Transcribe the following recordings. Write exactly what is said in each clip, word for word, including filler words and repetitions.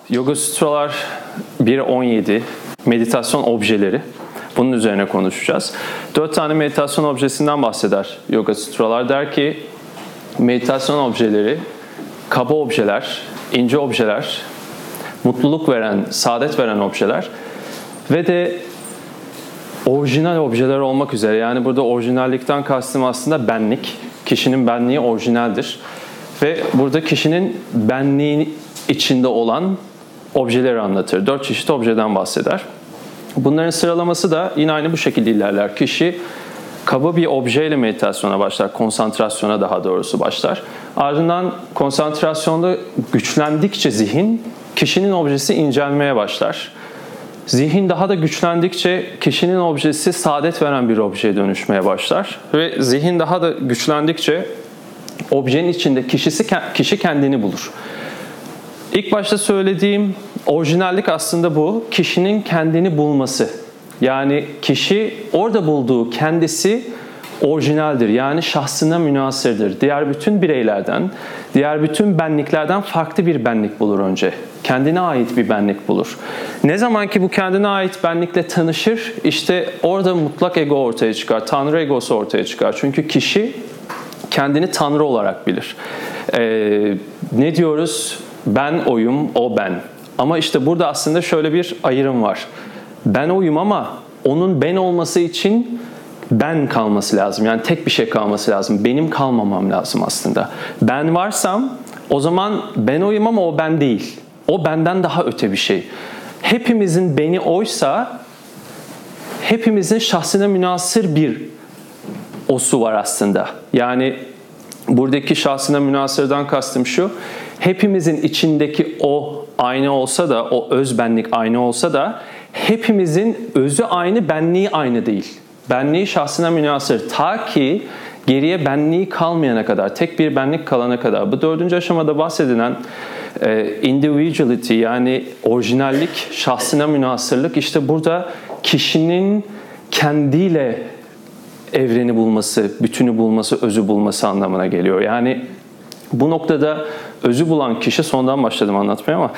Yoga Sutralar bir on yedi meditasyon objeleri. Bunun üzerine konuşacağız. Dört tane meditasyon objesinden bahseder Yoga Sutralar. Der ki meditasyon objeleri, kaba objeler, ince objeler, mutluluk veren, saadet veren objeler ve de orijinal objeler olmak üzere. Yani burada orijinallikten kastım aslında benlik. Kişinin benliği orijinaldir. Ve burada kişinin benliği içinde olan objeleri anlatır. Dört çeşit objeden bahseder. Bunların sıralaması da yine aynı bu şekilde ilerler. Kişi kaba bir objeyle meditasyona başlar, konsantrasyona daha doğrusu başlar. Ardından konsantrasyonda güçlendikçe zihin, kişinin objesi incelmeye başlar. Zihin daha da güçlendikçe kişinin objesi saadet veren bir objeye dönüşmeye başlar. Ve zihin daha da güçlendikçe objenin içinde kişisi, kişi kendini bulur. İlk başta söylediğim orijinallik aslında bu. Kişinin kendini bulması. Yani kişi orada bulduğu kendisi orijinaldir. Yani şahsına münhasırdır. Diğer bütün bireylerden, diğer bütün benliklerden farklı bir benlik bulur önce. Kendine ait bir benlik bulur. Ne zaman ki bu kendine ait benlikle tanışır, işte orada mutlak ego ortaya çıkar. Tanrı egosu ortaya çıkar. Çünkü kişi kendini Tanrı olarak bilir. Ee, ne diyoruz? Ben oyum, o ben. Ama işte burada aslında şöyle bir ayrım var. Ben oyum ama onun ben olması için ben kalması lazım. Yani tek bir şey kalması lazım. Benim kalmamam lazım aslında. Ben varsam o zaman ben oyum ama o ben değil. O benden daha öte bir şey. Hepimizin beni oysa hepimizin şahsına münhasır bir osu var aslında. Yani buradaki şahsına münhasırdan kastım şu. Hepimizin içindeki o aynı olsa da, o öz benlik aynı olsa da hepimizin özü aynı, benliği aynı değil. Benliği şahsına münhasır. Ta ki geriye benliği kalmayana kadar, tek bir benlik kalana kadar. Bu dördüncü aşamada bahsedilen e, individuality yani orijinallik, şahsına münhasırlık işte burada kişinin kendiyle evreni bulması, bütünü bulması, özü bulması anlamına geliyor. Yani bu noktada özü bulan kişi, sondan başladım anlatmaya ama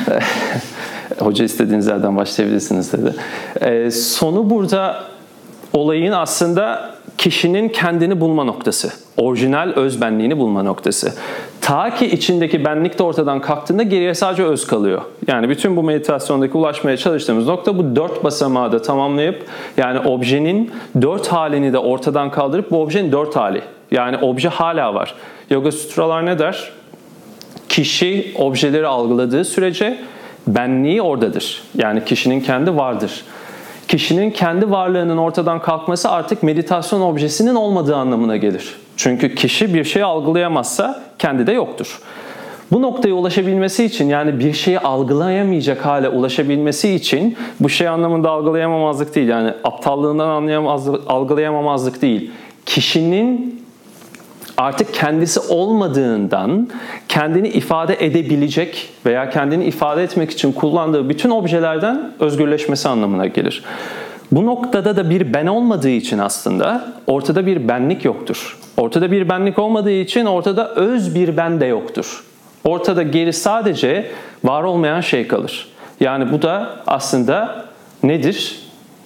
hoca istediğiniz yerden başlayabilirsiniz dedi. E, sonu burada olayın aslında kişinin kendini bulma noktası. Orijinal öz benliğini bulma noktası. Ta ki içindeki benlik de ortadan kalktığında geriye sadece öz kalıyor. Yani bütün bu meditasyondaki ulaşmaya çalıştığımız nokta bu dört basamağı da tamamlayıp yani objenin dört halini de ortadan kaldırıp bu objenin dört hali. Yani obje hala var. Yoga Sutralar ne der? Kişi objeleri algıladığı sürece benliği oradadır. Yani kişinin kendi vardır. Kişinin kendi varlığının ortadan kalkması artık meditasyon objesinin olmadığı anlamına gelir. Çünkü kişi bir şey algılayamazsa kendi de yoktur. Bu noktaya ulaşabilmesi için yani bir şeyi algılayamayacak hale ulaşabilmesi için bu şey anlamında algılayamamazlık değil. Yani aptallığından anlayamazlık, algılayamamazlık değil. Kişinin artık kendisi olmadığından kendini ifade edebilecek veya kendini ifade etmek için kullandığı bütün objelerden özgürleşmesi anlamına gelir. Bu noktada da bir ben olmadığı için aslında ortada bir benlik yoktur. Ortada bir benlik olmadığı için ortada öz bir ben de yoktur. Ortada geri sadece var olmayan şey kalır. Yani bu da aslında nedir?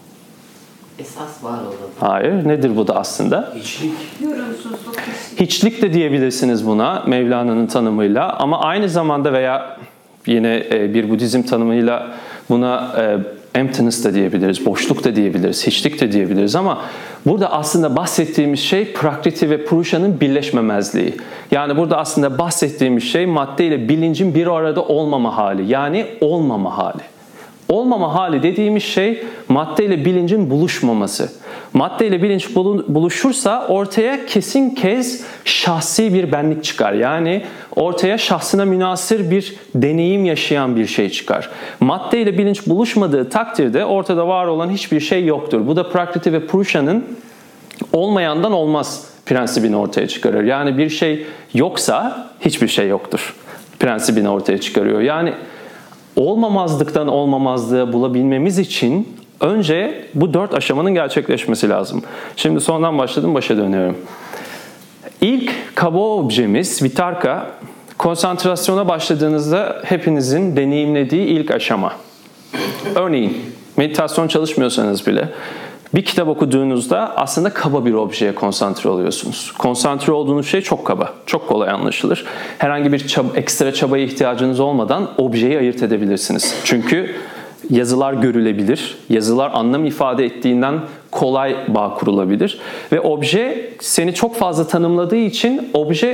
Esas var olan. Hayır. Nedir bu da aslında? Hiçlik. Yorumsuzluk. Hiçlik de diyebilirsiniz buna Mevlana'nın tanımıyla ama aynı zamanda veya yine bir Budizm tanımıyla buna emptiness da diyebiliriz, boşluk da diyebiliriz, hiçlik de diyebiliriz ama burada aslında bahsettiğimiz şey Prakriti ve Purusha'nın birleşmemezliği. Yani burada aslında bahsettiğimiz şey madde ile bilincin bir arada olmama hali yani olmama hali. Olmama hali dediğimiz şey madde ile bilincin buluşmaması. Madde ile bilinç buluşursa ortaya kesin kez şahsi bir benlik çıkar. Yani ortaya şahsına münhasır bir deneyim yaşayan bir şey çıkar. Madde ile bilinç buluşmadığı takdirde ortada var olan hiçbir şey yoktur. Bu da Prakriti ve Purusha'nın olmayandan olmaz prensibini ortaya çıkarır. Yani bir şey yoksa hiçbir şey yoktur prensibini ortaya çıkarıyor. Yani olmamazlıktan olmamazlığı bulabilmemiz için önce bu dört aşamanın gerçekleşmesi lazım. Şimdi sondan başladım, başa dönüyorum. İlk kaba objemiz Vitarka, Konsantrasyona başladığınızda hepinizin deneyimlediği ilk aşama. Örneğin meditasyon çalışmıyorsanız bile bir kitap okuduğunuzda aslında kaba bir objeye konsantre oluyorsunuz. Konsantre olduğunuz şey çok kaba, çok kolay anlaşılır. Herhangi bir çaba, ekstra çabaya ihtiyacınız olmadan objeyi ayırt edebilirsiniz. Çünkü yazılar görülebilir, yazılar anlam ifade ettiğinden kolay bağ kurulabilir. Ve obje seni çok fazla tanımladığı için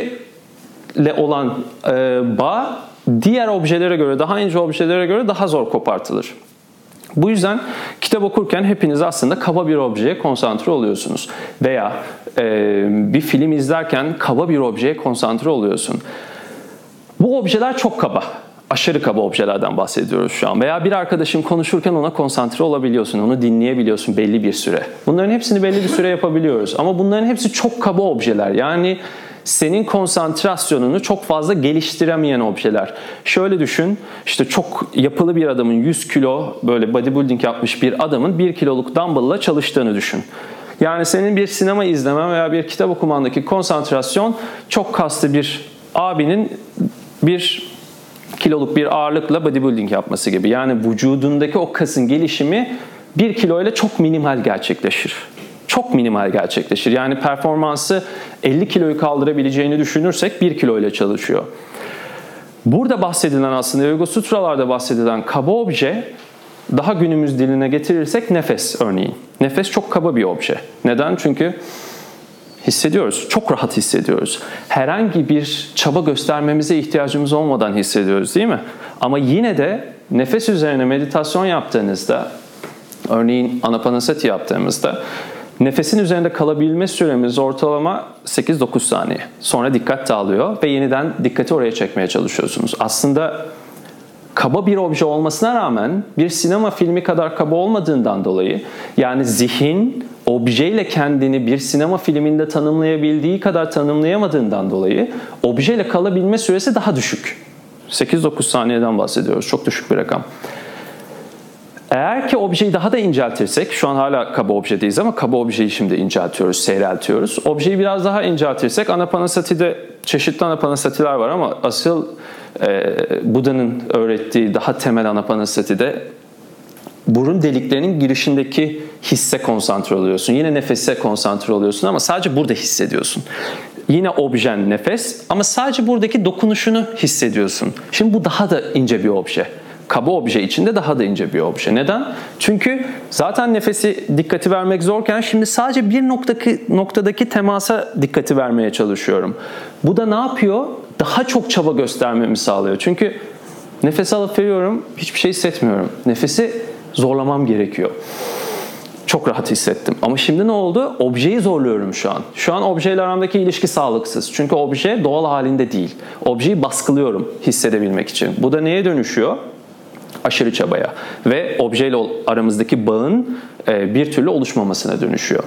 objeyle olan e, bağ diğer objelere göre, daha ince objelere göre daha zor kopartılır. Bu yüzden kitap okurken hepiniz aslında kaba bir objeye konsantre oluyorsunuz. Veya e, bir film izlerken kaba bir objeye konsantre oluyorsun. Bu objeler çok kaba. Aşırı kaba objelerden bahsediyoruz şu an. Veya bir arkadaşın konuşurken ona konsantre olabiliyorsun, onu dinleyebiliyorsun belli bir süre. Bunların hepsini belli bir süre yapabiliyoruz. Ama bunların hepsi çok kaba objeler. Yani senin konsantrasyonunu çok fazla geliştiremeyen objeler. Şöyle düşün, işte çok yapılı bir adamın yüz kilo böyle bodybuilding yapmış bir adamın bir kiloluk dumbbell'la çalıştığını düşün. Yani senin bir sinema izlemen veya bir kitap okumandaki konsantrasyon çok kaslı bir abinin bir kiloluk bir ağırlıkla bodybuilding yapması gibi. Yani vücudundaki o kasın gelişimi bir kilo ile çok minimal gerçekleşir. Çok minimal gerçekleşir. Yani performansı elli kiloyu kaldırabileceğini düşünürsek bir kilo ile çalışıyor. Burada bahsedilen aslında Yoga Sutralarda bahsedilen kaba obje, daha günümüz diline getirirsek nefes örneğin. Nefes çok kaba bir obje. Neden? Çünkü hissediyoruz. Çok rahat hissediyoruz. Herhangi bir çaba göstermemize ihtiyacımız olmadan hissediyoruz değil mi? Ama yine de nefes üzerine meditasyon yaptığınızda, örneğin Anapanasati yaptığımızda, nefesin üzerinde kalabilme süremiz ortalama sekiz dokuz saniye. Sonra dikkat dağılıyor ve yeniden dikkati oraya çekmeye çalışıyorsunuz. Aslında kaba bir obje olmasına rağmen bir sinema filmi kadar kaba olmadığından dolayı, yani zihin objeyle kendini bir sinema filminde tanımlayabildiği kadar tanımlayamadığından dolayı objeyle kalabilme süresi daha düşük. sekiz dokuz saniyeden bahsediyoruz. Çok düşük bir rakam. Eğer ki objeyi daha da inceltirsek, şu an hala kaba objedeyiz ama kaba objeyi şimdi inceltiyoruz, seyreltiyoruz. Objeyi biraz daha inceltirsek, Anapanasati'de çeşitli Anapanasatiler var ama asıl e, Buda'nın öğrettiği daha temel Anapanasati'de burun deliklerinin girişindeki hisse konsantre oluyorsun. Yine nefese konsantre oluyorsun ama sadece burada hissediyorsun. Yine objen nefes ama sadece buradaki dokunuşunu hissediyorsun. Şimdi bu daha da ince bir obje. Kaba obje içinde daha da ince bir obje. Neden? Çünkü zaten nefesi dikkati vermek zorken şimdi sadece bir noktadaki, noktadaki temasa dikkati vermeye çalışıyorum. Bu da ne yapıyor? Daha çok çaba göstermemi sağlıyor. Çünkü nefes alıp veriyorum, hiçbir şey hissetmiyorum. Nefesi zorlamam gerekiyor. Çok rahat hissettim. Ama şimdi ne oldu? Objeyi zorluyorum şu an. Şu an objeyle aramdaki ilişki sağlıksız. Çünkü obje doğal halinde değil. Objeyi baskılıyorum hissedebilmek için. Bu da neye dönüşüyor? Aşırı çabaya ve objeyle aramızdaki bağın bir türlü oluşmamasına dönüşüyor.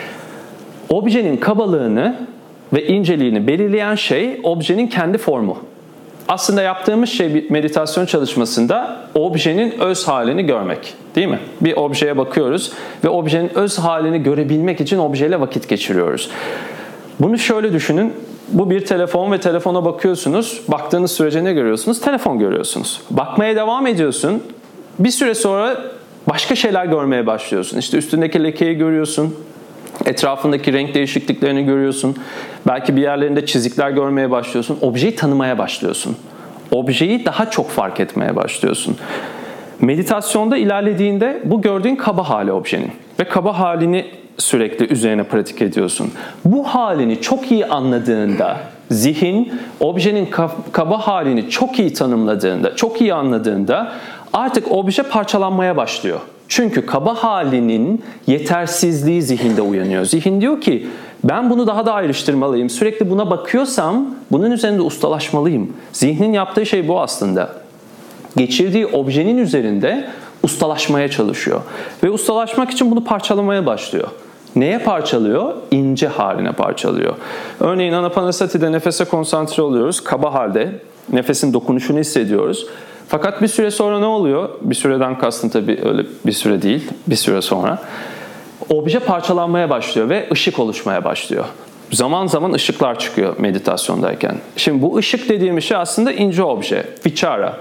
Objenin kabalığını ve inceliğini belirleyen şey objenin kendi formu. Aslında yaptığımız şey bir meditasyon çalışmasında objenin öz halini görmek, değil mi? Bir objeye bakıyoruz ve objenin öz halini görebilmek için objeyle vakit geçiriyoruz. Bunu şöyle düşünün. Bu bir telefon ve telefona bakıyorsunuz. Baktığınız sürece ne görüyorsunuz? Telefon görüyorsunuz. Bakmaya devam ediyorsun. Bir süre sonra başka şeyler görmeye başlıyorsun. İşte üstündeki lekeyi görüyorsun. Etrafındaki renk değişikliklerini görüyorsun. Belki bir yerlerinde çizikler görmeye başlıyorsun. Objeyi tanımaya başlıyorsun. Objeyi daha çok fark etmeye başlıyorsun. Meditasyonda ilerlediğinde bu gördüğün kaba hali objenin. Ve kaba halini sürekli üzerine pratik ediyorsun. Bu halini çok iyi anladığında, zihin objenin kaba halini çok iyi tanımladığında, çok iyi anladığında artık obje parçalanmaya başlıyor. Çünkü kaba halinin yetersizliği zihinde uyanıyor. Zihin diyor ki ben bunu daha da ayrıştırmalıyım. Sürekli buna bakıyorsam bunun üzerinde ustalaşmalıyım. Zihnin yaptığı şey bu aslında. Geçirdiği objenin üzerinde ustalaşmaya çalışıyor. Ve ustalaşmak için bunu parçalamaya başlıyor. Neye parçalıyor? İnce haline parçalıyor. Örneğin Anapanasati'de nefese konsantre oluyoruz. Kaba halde nefesin dokunuşunu hissediyoruz. Fakat bir süre sonra ne oluyor? Bir süreden kastım tabii öyle bir süre değil. Bir süre sonra obje parçalanmaya başlıyor ve ışık oluşmaya başlıyor. zaman zaman ışıklar çıkıyor meditasyondayken. Şimdi bu ışık dediğimiz şey aslında ince obje, vichara.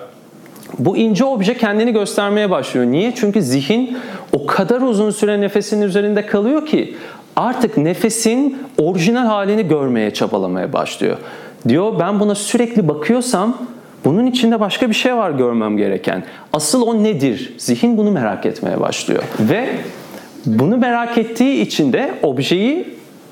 Bu ince obje kendini göstermeye başlıyor. Niye? Çünkü zihin o kadar uzun süre nefesin üzerinde kalıyor ki artık nefesin orijinal halini görmeye, çabalamaya başlıyor. Diyor ben buna sürekli bakıyorsam bunun içinde başka bir şey var görmem gereken. Asıl o nedir? Zihin bunu merak etmeye başlıyor. Ve bunu merak ettiği için de objeyi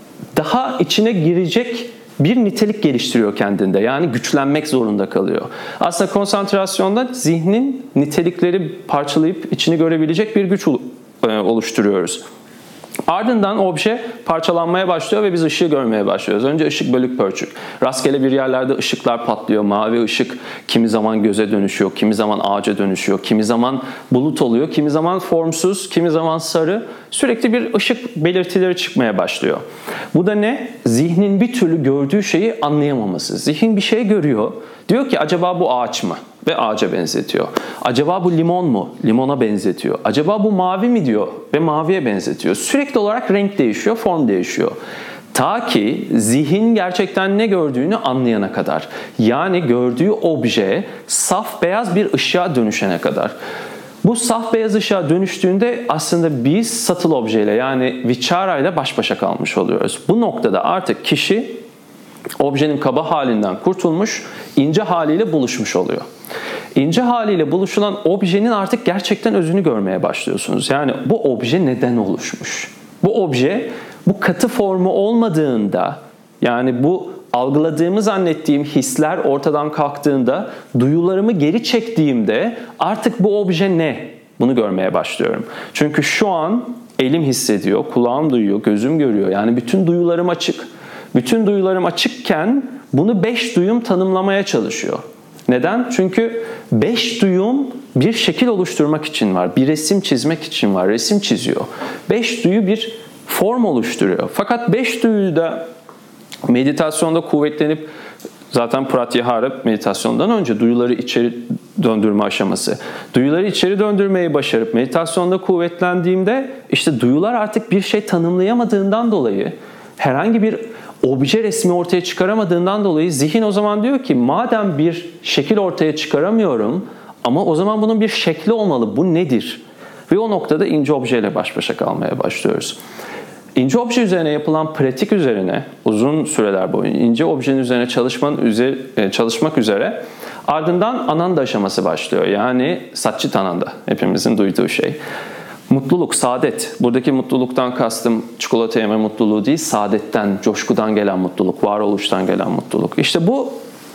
daha içine girecek bir nitelik geliştiriyor kendinde. Yani güçlenmek zorunda kalıyor. Aslında konsantrasyonda zihnin nitelikleri parçalayıp içini görebilecek bir güç oluşturuyoruz. Ardından obje parçalanmaya başlıyor ve biz ışığı görmeye başlıyoruz. Önce ışık bölük pörçük. Rastgele bir yerlerde ışıklar patlıyor. Mavi ışık kimi zaman göze dönüşüyor, kimi zaman ağaca dönüşüyor, kimi zaman bulut oluyor, kimi zaman formsuz, kimi zaman sarı. Sürekli bir ışık belirtileri çıkmaya başlıyor. Bu da ne? Zihnin bir türlü gördüğü şeyi anlayamaması. Zihin bir şey görüyor. Diyor ki acaba bu ağaç mı? Ve ağaca benzetiyor. Acaba bu limon mu? Limona benzetiyor. Acaba bu mavi mi diyor? Ve maviye benzetiyor. Sürekli olarak renk değişiyor, form değişiyor. Ta ki zihin gerçekten ne gördüğünü anlayana kadar. Yani gördüğü obje saf beyaz bir ışığa dönüşene kadar. Bu saf beyaz ışığa dönüştüğünde aslında biz satıl objeyle yani vichara ile baş başa kalmış oluyoruz. Bu noktada artık kişi objenin kaba halinden kurtulmuş, ince haliyle buluşmuş oluyor. İnce haliyle buluşulan objenin artık gerçekten özünü görmeye başlıyorsunuz. Yani bu obje neden oluşmuş? Bu obje bu katı formu olmadığında, yani bu algıladığımı zannettiğim hisler ortadan kalktığında, duyularımı geri çektiğimde artık bu obje ne? Bunu görmeye başlıyorum. Çünkü şu an elim hissediyor, kulağım duyuyor, gözüm görüyor. Yani bütün duyularım açık. Bütün duyularım açıkken bunu beş duyum tanımlamaya çalışıyor. Neden? Çünkü beş duyum bir şekil oluşturmak için var. Bir resim çizmek için var. Resim çiziyor. Beş duyu bir form oluşturuyor. Fakat beş duyu da meditasyonda kuvvetlenip zaten pratyahara meditasyondan önce duyuları içeri döndürme aşaması. Duyuları içeri döndürmeyi başarıp meditasyonda kuvvetlendiğimde işte duyular artık bir şey tanımlayamadığından dolayı herhangi bir obje resmi ortaya çıkaramadığından dolayı zihin o zaman diyor ki madem bir şekil ortaya çıkaramıyorum ama o zaman bunun bir şekli olmalı. Bu nedir? Ve o noktada ince objeyle baş başa kalmaya başlıyoruz. İnce obje üzerine yapılan pratik üzerine uzun süreler boyunca ince objenin üzerine çalışmanın üzeri, çalışmak üzere ardından ananda aşaması başlıyor. Yani Satchitananda hepimizin duyduğu şey. Mutluluk, saadet. Buradaki mutluluktan kastım çikolata yeme mutluluğu değil, saadetten, coşkudan gelen mutluluk, varoluştan gelen mutluluk. İşte bu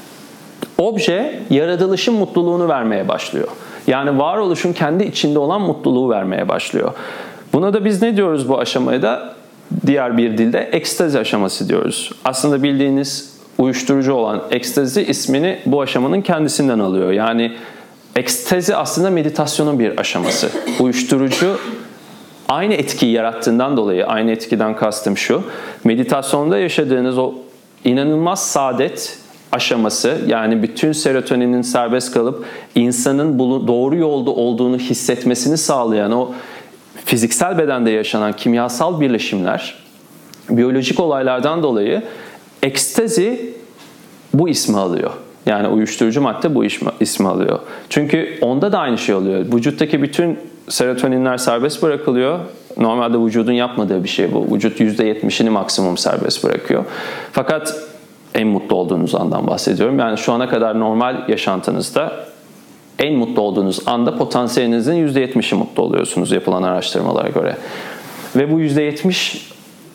obje yaratılışın mutluluğunu vermeye başlıyor. Yani varoluşun kendi içinde olan mutluluğu vermeye başlıyor. Buna da biz ne diyoruz bu aşamaya da? Diğer bir dilde ekstazi aşaması diyoruz. Aslında bildiğiniz uyuşturucu olan ekstazi ismini bu aşamanın kendisinden alıyor. Yani ekstazi aslında meditasyonun bir aşaması. Uyuşturucu aynı etkiyi yarattığından dolayı, aynı etkiden kastım şu, meditasyonda yaşadığınız o inanılmaz saadet aşaması, yani bütün serotoninin serbest kalıp insanın doğru yolda olduğunu hissetmesini sağlayan o fiziksel bedende yaşanan kimyasal birleşimler, biyolojik olaylardan dolayı ekstazi bu ismi alıyor. Yani uyuşturucu madde bu ismi alıyor. Çünkü onda da aynı şey oluyor. Vücuttaki bütün serotoninler serbest bırakılıyor. Normalde vücudun yapmadığı bir şey bu. Vücut yüzde yetmişini maksimum serbest bırakıyor. Fakat en mutlu olduğunuz andan bahsediyorum. Yani şu ana kadar normal yaşantınızda en mutlu olduğunuz anda potansiyelinizin yüzde yetmişi mutlu oluyorsunuz yapılan araştırmalara göre. Ve bu yüzde yetmiş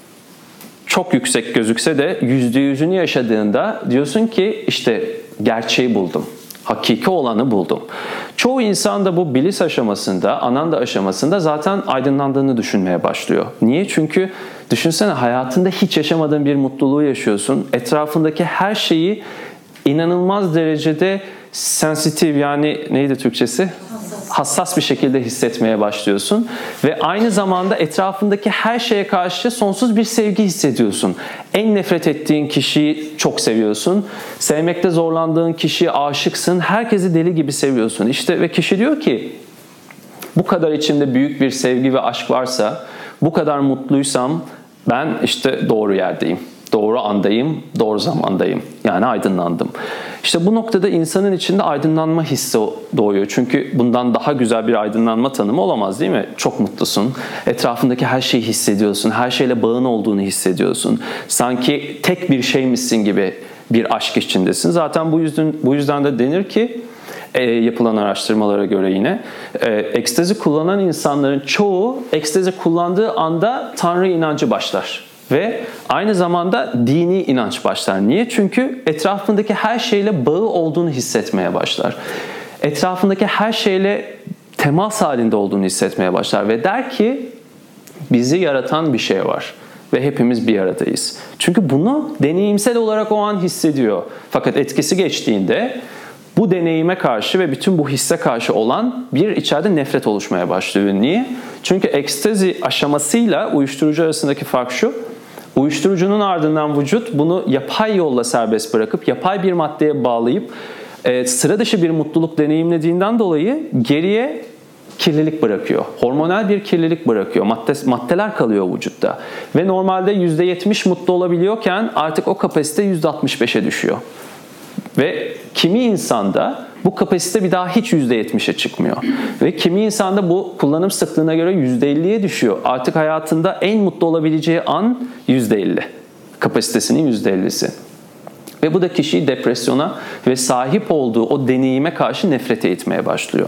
çok yüksek gözükse de yüzde yüzünü yaşadığında diyorsun ki işte gerçeği buldum. Hakiki olanı buldum. Çoğu insan da bu bilis aşamasında, ananda aşamasında zaten aydınlandığını düşünmeye başlıyor. Niye? Çünkü düşünsene hayatında hiç yaşamadığın bir mutluluğu yaşıyorsun. Etrafındaki her şeyi inanılmaz derecede sensitif, yani neydi Türkçesi? Hassas. Hassas bir şekilde hissetmeye başlıyorsun. Ve aynı zamanda etrafındaki her şeye karşı sonsuz bir sevgi hissediyorsun. En nefret ettiğin kişiyi çok seviyorsun. Sevmekte zorlandığın kişiye aşıksın. Herkesi deli gibi seviyorsun. İşte ve kişi diyor ki bu kadar içimde büyük bir sevgi ve aşk varsa, bu kadar mutluysam ben işte doğru yerdeyim. Doğru andayım, doğru zamandayım. Yani aydınlandım. İşte bu noktada insanın içinde aydınlanma hissi doğuyor. Çünkü bundan daha güzel bir aydınlanma tanımı olamaz değil mi? Çok mutlusun. Etrafındaki her şeyi hissediyorsun. Her şeyle bağın olduğunu hissediyorsun. Sanki tek bir şeymişsin gibi bir aşk içindesin. Zaten bu yüzden, bu yüzden de denir ki E, yapılan araştırmalara göre yine e, ekstazi kullanan insanların çoğu ekstazi kullandığı anda Tanrı inancı başlar. Ve aynı zamanda dini inanç başlar. Niye? Çünkü etrafındaki her şeyle bağı olduğunu hissetmeye başlar. Etrafındaki her şeyle temas halinde olduğunu hissetmeye başlar. Ve der ki bizi yaratan bir şey var. Ve hepimiz bir aradayız. Çünkü bunu deneyimsel olarak o an hissediyor. Fakat etkisi geçtiğinde bu deneyime karşı ve bütün bu hisse karşı olan bir içeride nefret oluşmaya başlıyor. Niye? Çünkü ekstazi aşamasıyla uyuşturucu arasındaki fark şu. Uyuşturucunun ardından vücut bunu yapay yolla serbest bırakıp yapay bir maddeye bağlayıp e, sıra dışı bir mutluluk deneyimlediğinden dolayı geriye kirlilik bırakıyor. Hormonal bir kirlilik bırakıyor. Madde, maddeler kalıyor vücutta. Ve normalde yüzde yetmiş mutlu olabiliyorken artık o kapasite yüzde altmış beşe düşüyor. Ve kimi insanda bu kapasite bir daha hiç yüzde yetmişe çıkmıyor. Ve kimi insanda bu kullanım sıklığına göre yüzde elliye düşüyor. Artık hayatında en mutlu olabileceği an yüzde elli. Kapasitesinin yüzde ellisi. Ve bu da kişiyi depresyona ve sahip olduğu o deneyime karşı nefret etmeye başlıyor.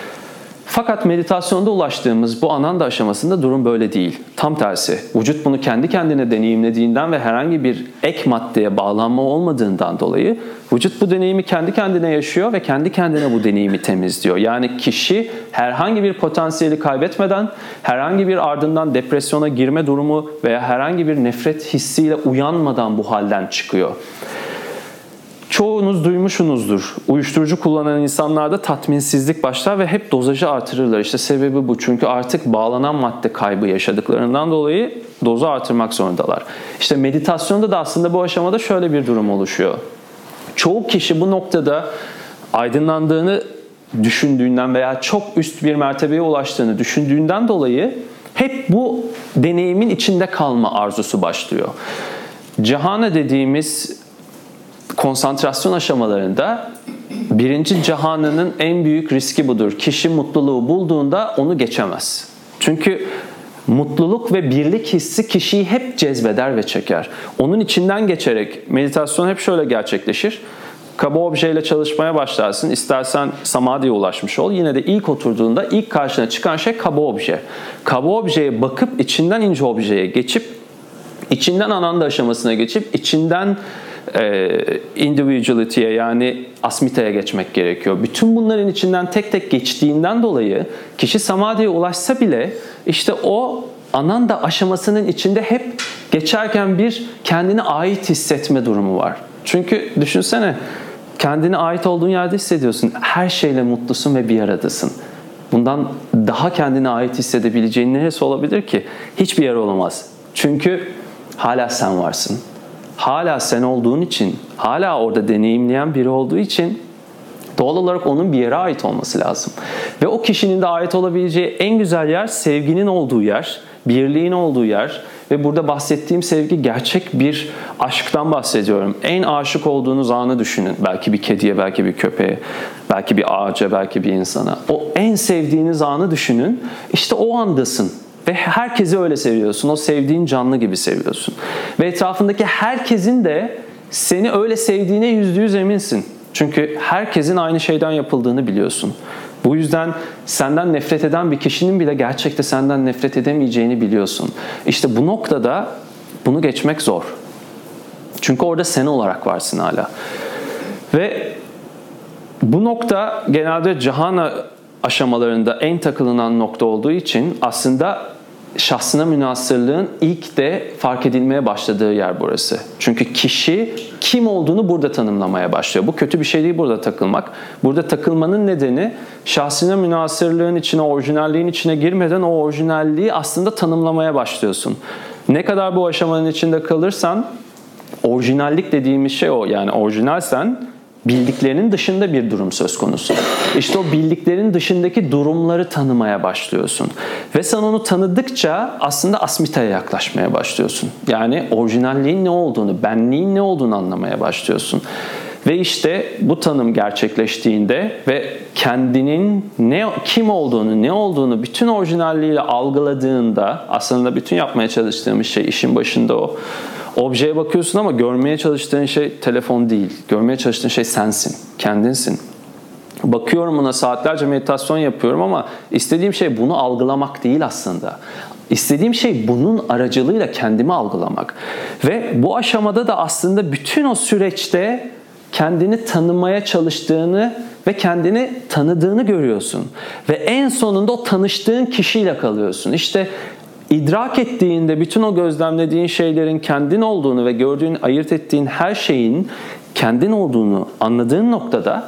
Fakat meditasyonda ulaştığımız bu ananda aşamasında durum böyle değil. Tam tersi. Vücut bunu kendi kendine deneyimlediğinden ve herhangi bir ek maddeye bağlanma olmadığından dolayı vücut bu deneyimi kendi kendine yaşıyor ve kendi kendine bu deneyimi temizliyor. Yani kişi herhangi bir potansiyeli kaybetmeden, herhangi bir ardından depresyona girme durumu veya herhangi bir nefret hissiyle uyanmadan bu halden çıkıyor. Çoğunuz duymuşsunuzdur. Uyuşturucu kullanan insanlarda tatminsizlik başlar ve hep dozajı artırırlar. İşte sebebi bu. Çünkü artık bağlanan madde kaybı yaşadıklarından dolayı dozu artırmak zorundalar. İşte meditasyonda da aslında bu aşamada şöyle bir durum oluşuyor. Çoğu kişi bu noktada aydınlandığını düşündüğünden veya çok üst bir mertebeye ulaştığını düşündüğünden dolayı hep bu deneyimin içinde kalma arzusu başlıyor. Cihana dediğimiz konsantrasyon aşamalarında birinci cihanının en büyük riski budur. Kişi mutluluğu bulduğunda onu geçemez. Çünkü mutluluk ve birlik hissi kişiyi hep cezbeder ve çeker. Onun içinden geçerek meditasyon hep şöyle gerçekleşir. Kaba objeyle çalışmaya başlarsın. İstersen samadhiye ulaşmış ol. Yine de ilk oturduğunda ilk karşına çıkan şey kaba obje. Kaba objeye bakıp içinden ince objeye geçip içinden ananda aşamasına geçip içinden e, individuality'ye yani asmita'ya geçmek gerekiyor. Bütün bunların içinden tek tek geçtiğinden dolayı kişi samadhiye ulaşsa bile işte o ananda aşamasının içinde hep geçerken bir kendine ait hissetme durumu var. Çünkü düşünsene, kendine ait olduğun yerde hissediyorsun. Her şeyle mutlusun ve bir aradasın. Bundan daha kendine ait hissedebileceğin neresi olabilir ki? Hiçbir yer olamaz. Çünkü hala sen varsın. Hala sen olduğun için, hala orada deneyimleyen biri olduğu için doğal olarak onun bir yere ait olması lazım. Ve o kişinin de ait olabileceği en güzel yer sevginin olduğu yer, birliğin olduğu yer. Ve burada bahsettiğim sevgi gerçek bir aşktan bahsediyorum. En aşık olduğunuz anı düşünün. Belki bir kediye, belki bir köpeğe, belki bir ağaca, belki bir insana. O en sevdiğiniz anı düşünün. İşte o andasın. Ve herkesi öyle seviyorsun. O sevdiğin canlı gibi seviyorsun. Ve etrafındaki herkesin de seni öyle sevdiğine yüzde yüz eminsin. Çünkü herkesin aynı şeyden yapıldığını biliyorsun. Bu yüzden senden nefret eden bir kişinin bile gerçekte senden nefret edemeyeceğini biliyorsun. İşte bu noktada bunu geçmek zor. Çünkü orada sen olarak varsın hala. Ve bu nokta genelde cihana aşamalarında en takılınan nokta olduğu için aslında şahsına münhasırlığın ilk de fark edilmeye başladığı yer burası. Çünkü kişi kim olduğunu burada tanımlamaya başlıyor. Bu kötü bir şey değil burada takılmak. Burada takılmanın nedeni şahsına münhasırlığın içine, orijinalliğin içine girmeden o orijinalliği aslında tanımlamaya başlıyorsun. Ne kadar bu aşamanın içinde kalırsan, orijinallik dediğimiz şey o. Yani orijinalsen bildiklerinin dışında bir durum söz konusu. İşte o bildiklerin dışındaki durumları tanımaya başlıyorsun. Ve sen onu tanıdıkça aslında asmitaya yaklaşmaya başlıyorsun. Yani orijinalliğin ne olduğunu, benliğin ne olduğunu anlamaya başlıyorsun. Ve işte bu tanım gerçekleştiğinde ve kendinin ne kim olduğunu, ne olduğunu bütün orijinalliğiyle algıladığında, aslında bütün yapmaya çalıştığımız şey işin başında o. Objeye bakıyorsun ama görmeye çalıştığın şey telefon değil. Görmeye çalıştığın şey sensin, kendinsin. Bakıyorum buna, saatlerce meditasyon yapıyorum ama istediğim şey bunu algılamak değil aslında. İstediğim şey bunun aracılığıyla kendimi algılamak. Ve bu aşamada da aslında bütün o süreçte kendini tanımaya çalıştığını ve kendini tanıdığını görüyorsun. Ve en sonunda o tanıştığın kişiyle kalıyorsun. İşte idrak ettiğinde bütün o gözlemlediğin şeylerin kendin olduğunu ve gördüğün, ayırt ettiğin her şeyin kendin olduğunu anladığın noktada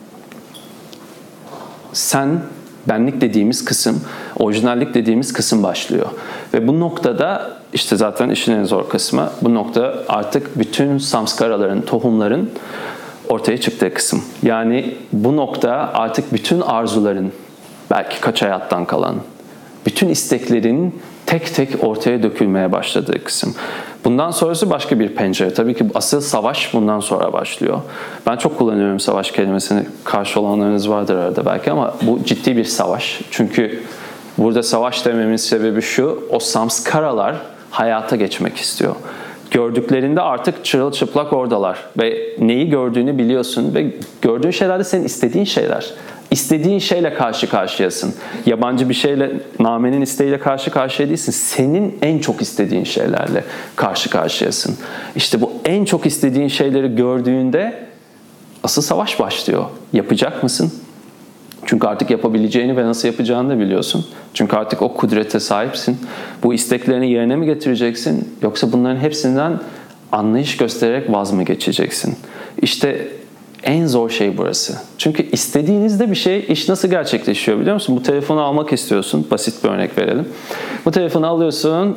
sen, benlik dediğimiz kısım, orijinallik dediğimiz kısım başlıyor. Ve bu noktada işte zaten işin en zor kısmı, bu nokta artık bütün samskaraların, tohumların ortaya çıktığı kısım. Yani bu nokta artık bütün arzuların, belki kaç hayattan kalan, bütün isteklerin tek tek ortaya dökülmeye başladığı kısım. Bundan sonrası başka bir pencere. Tabii ki asıl savaş bundan sonra başlıyor. Ben çok kullanıyorum savaş kelimesini. Karşı olanlarınız vardır arada belki ama bu ciddi bir savaş. Çünkü burada savaş dememin sebebi şu, o samskaralar hayata geçmek istiyor. Gördüklerinde artık çırılçıplak oradalar ve neyi gördüğünü biliyorsun ve gördüğün şeyler de senin istediğin şeyler. İstediğin şeyle karşı karşıyasın. Yabancı bir şeyle, namenin isteğiyle karşı karşıya değilsin. Senin en çok istediğin şeylerle karşı karşıyasın. İşte bu en çok istediğin şeyleri gördüğünde asıl savaş başlıyor. Yapacak mısın? Çünkü artık yapabileceğini ve nasıl yapacağını da biliyorsun. Çünkü artık o kudrete sahipsin. Bu isteklerini yerine mi getireceksin? Yoksa bunların hepsinden anlayış göstererek vaz mı geçeceksin? İşte en zor şey burası. Çünkü istediğinizde bir şey, iş nasıl gerçekleşiyor biliyor musun? Bu telefonu almak istiyorsun. Basit bir örnek verelim. Bu telefonu alıyorsun,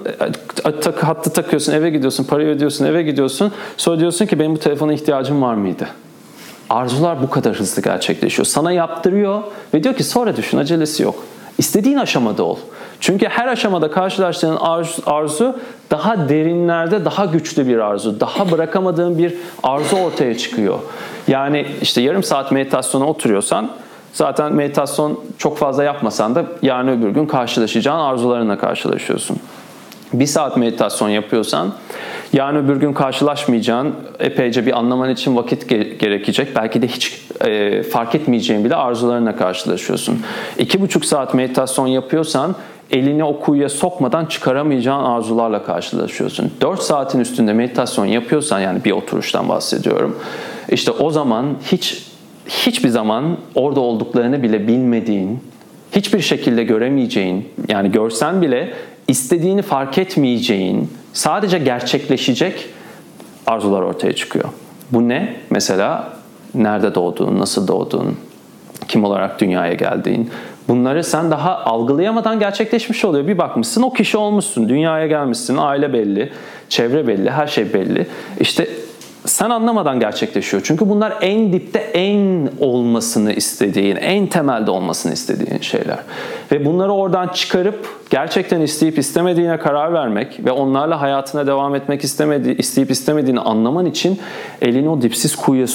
hattı takıyorsun, eve gidiyorsun, parayı ödüyorsun, eve gidiyorsun. Sonra diyorsun ki benim bu telefona ihtiyacım var mıydı? Arzular bu kadar hızlı gerçekleşiyor. Sana yaptırıyor ve diyor ki sonra düşün, acelesi yok. İstediğin aşamada ol. Çünkü her aşamada karşılaştığın arzu, arzu daha derinlerde daha güçlü bir arzu. Daha bırakamadığın bir arzu ortaya çıkıyor. Yani işte yarım saat meditasyona oturuyorsan zaten meditasyon çok fazla yapmasan da yarın öbür gün karşılaşacağın arzularına karşılaşıyorsun. Bir saat meditasyon yapıyorsan yarın öbür gün karşılaşmayacağın, epeyce bir anlaman için vakit gerekecek. Belki de hiç e, fark etmeyeceğin bile arzularına karşılaşıyorsun. İki buçuk saat meditasyon yapıyorsan elini o kuyuya sokmadan çıkaramayacağın arzularla karşılaşıyorsun. Dört saatin üstünde meditasyon yapıyorsan, yani bir oturuştan bahsediyorum. İşte o zaman hiç hiçbir zaman orada olduklarını bile bilmediğin, hiçbir şekilde göremeyeceğin, yani görsen bile istediğini fark etmeyeceğin, sadece gerçekleşecek arzular ortaya çıkıyor. Bu ne? Mesela nerede doğduğun, nasıl doğduğun, kim olarak dünyaya geldiğin. Bunları sen daha algılayamadan gerçekleşmiş oluyor. Bir bakmışsın o kişi olmuşsun, dünyaya gelmişsin, aile belli, çevre belli, her şey belli. İşte sen anlamadan gerçekleşiyor. Çünkü bunlar en dipte, en olmasını istediğin, en temelde olmasını istediğin şeyler. Ve bunları oradan çıkarıp gerçekten isteyip istemediğine karar vermek ve onlarla hayatına devam etmek istemediği, isteyip istemediğini anlaman için elini o dipsiz kuyuya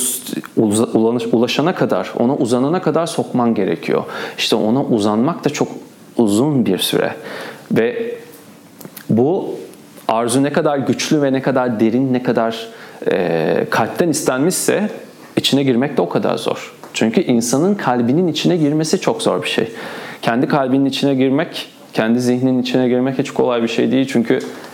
ulaşana kadar, ona uzanana kadar sokman gerekiyor. İşte ona uzanmak da çok uzun bir süre. Ve bu arzu ne kadar güçlü ve ne kadar derin, ne kadar e, kalpten istenmişse içine girmek de o kadar zor. Çünkü insanın kalbinin içine girmesi çok zor bir şey. Kendi kalbinin içine girmek, kendi zihninin içine girmek hiç kolay bir şey değil. Çünkü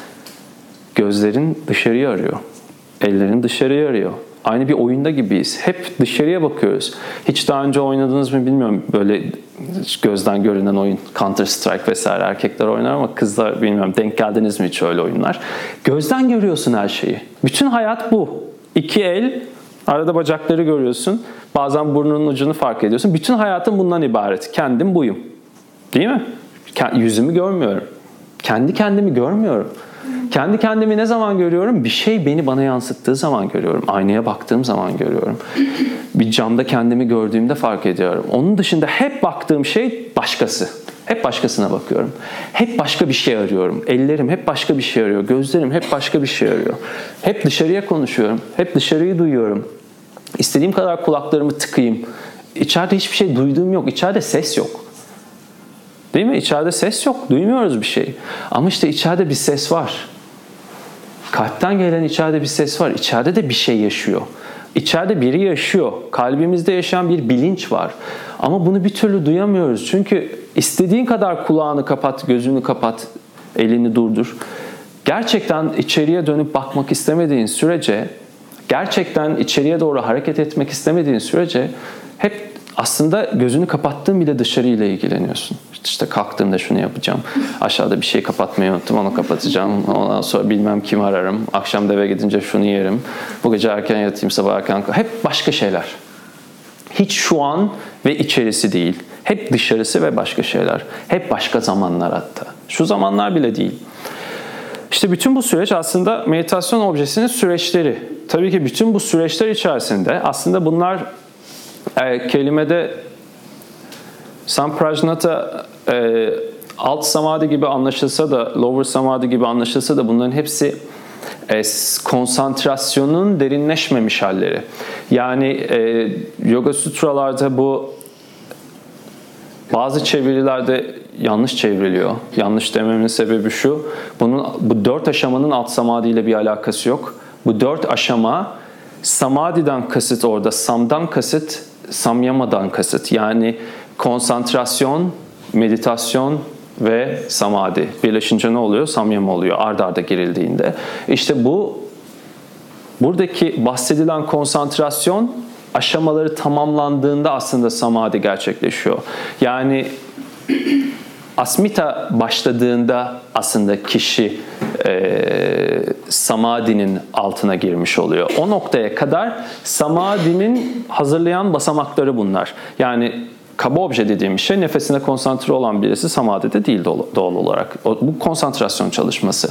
gözlerin dışarıya arıyor, ellerin dışarıya arıyor. Aynı bir oyunda gibiyiz. Hep dışarıya bakıyoruz. Hiç daha önce oynadınız mı bilmiyorum. Böyle gözden görünen oyun. Counter Strike vesaire erkekler oynar ama kızlar bilmiyorum. Denk geldiniz mi hiç öyle oyunlar? Gözden görüyorsun her şeyi. Bütün hayat bu. İki el, arada bacakları görüyorsun. Bazen burnunun ucunu fark ediyorsun. Bütün hayatım bundan ibaret. Kendim buyum. Değil mi? Yüzümü görmüyorum. Kendi kendimi görmüyorum. Kendi kendimi ne zaman görüyorum? Bir şey beni bana yansıttığı zaman görüyorum. Aynaya baktığım zaman görüyorum. Bir camda kendimi gördüğümde fark ediyorum. Onun dışında hep baktığım şey başkası. Hep başkasına bakıyorum. Hep başka bir şey arıyorum. Ellerim hep başka bir şey arıyor. Gözlerim hep başka bir şey arıyor. Hep dışarıya konuşuyorum. Hep dışarıyı duyuyorum. İstediğim kadar kulaklarımı tıkayım. İçeride hiçbir şey duyduğum yok. İçeride ses yok. Değil mi? İçeride ses yok. Duymuyoruz bir şey. Ama işte içeride bir ses var. Kalpten gelen içeride bir ses var. İçeride de bir şey yaşıyor. İçeride biri yaşıyor. Kalbimizde yaşayan bir bilinç var. Ama bunu bir türlü duyamıyoruz. Çünkü istediğin kadar kulağını kapat, gözünü kapat, elini durdur. Gerçekten içeriye dönüp bakmak istemediğin sürece, gerçekten içeriye doğru hareket etmek istemediğin sürece hep aslında gözünü kapattığın bile dışarıyla ilgileniyorsun. İşte kalktığımda şunu yapacağım. Aşağıda bir şey kapatmayı unuttum, onu kapatacağım. Ondan sonra bilmem kimi ararım. Akşam da eve gidince şunu yerim. Bu gece erken yatayım, sabah erken kalkayım. Hep başka şeyler. Hiç şu an ve içerisi değil. Hep dışarısı ve başka şeyler. Hep başka zamanlar hatta. Şu zamanlar bile değil. İşte bütün bu süreç aslında meditasyon objesinin süreçleri. Tabii ki bütün bu süreçler içerisinde aslında bunlar e, kelimede Samprajnata e, alt samadhi gibi anlaşılsa da, lower samadhi gibi anlaşılsa da bunların hepsi e, konsantrasyonun derinleşmemiş halleri. Yani e, Yoga Sutralarda bu bazı çevirilerde yanlış çevriliyor. Yanlış dememin sebebi şu, bunun bu dört aşamanın alt samadhi ile bir alakası yok. Bu dört aşama samadhi'den kasıt orada, sam'dan kasıt, samyama'dan kasıt. Yani konsantrasyon, meditasyon ve samadhi. Birleşince ne oluyor? Samyama oluyor ard arda girildiğinde. İşte bu buradaki bahsedilen konsantrasyon aşamaları tamamlandığında aslında samadhi gerçekleşiyor. Yani asmita başladığında aslında kişi e, samadhi'nin altına girmiş oluyor. O noktaya kadar samadhi'nin hazırlayan basamakları bunlar. Yani kaba obje dediğimiz şey nefesine konsantre olan birisi samadhi'de değil doğal olarak. O, bu konsantrasyon çalışması.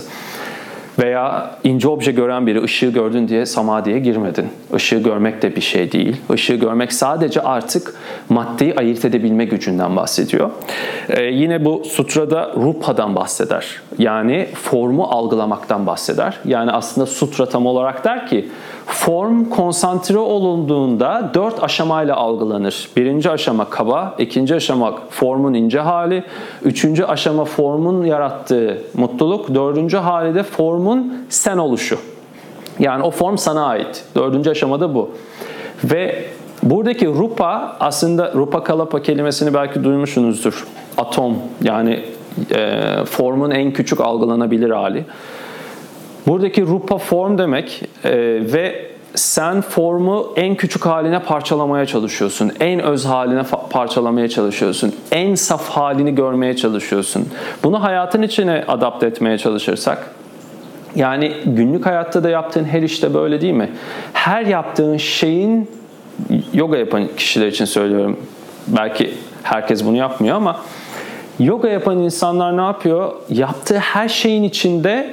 Veya ince obje gören biri ışığı gördün diye samadhiye girmedin. Işığı görmek de bir şey değil. Işığı görmek sadece artık maddeyi ayırt edebilme gücünden bahsediyor. Ee, yine bu sutrada rupa'dan bahseder. Yani formu algılamaktan bahseder. Yani aslında sutra tam olarak der ki form konsantre olunduğunda dört aşamayla algılanır. Birinci aşama kaba, ikinci aşama formun ince hali, üçüncü aşama formun yarattığı mutluluk, dördüncü hali de formun sen oluşu. Yani o form sana ait. Dördüncü aşamada bu. Ve buradaki rupa aslında rupa kalapa kelimesini belki duymuşsunuzdur. Atom yani e, formun en küçük algılanabilir hali. Buradaki rupa form demek e, ve sen formu en küçük haline parçalamaya çalışıyorsun. En öz haline fa- parçalamaya çalışıyorsun. En saf halini görmeye çalışıyorsun. Bunu hayatın içine adapte etmeye çalışırsak, yani günlük hayatta da yaptığın her işte böyle değil mi? Her yaptığın şeyin, yoga yapan kişiler için söylüyorum, belki herkes bunu yapmıyor ama yoga yapan insanlar ne yapıyor? Yaptığı her şeyin içinde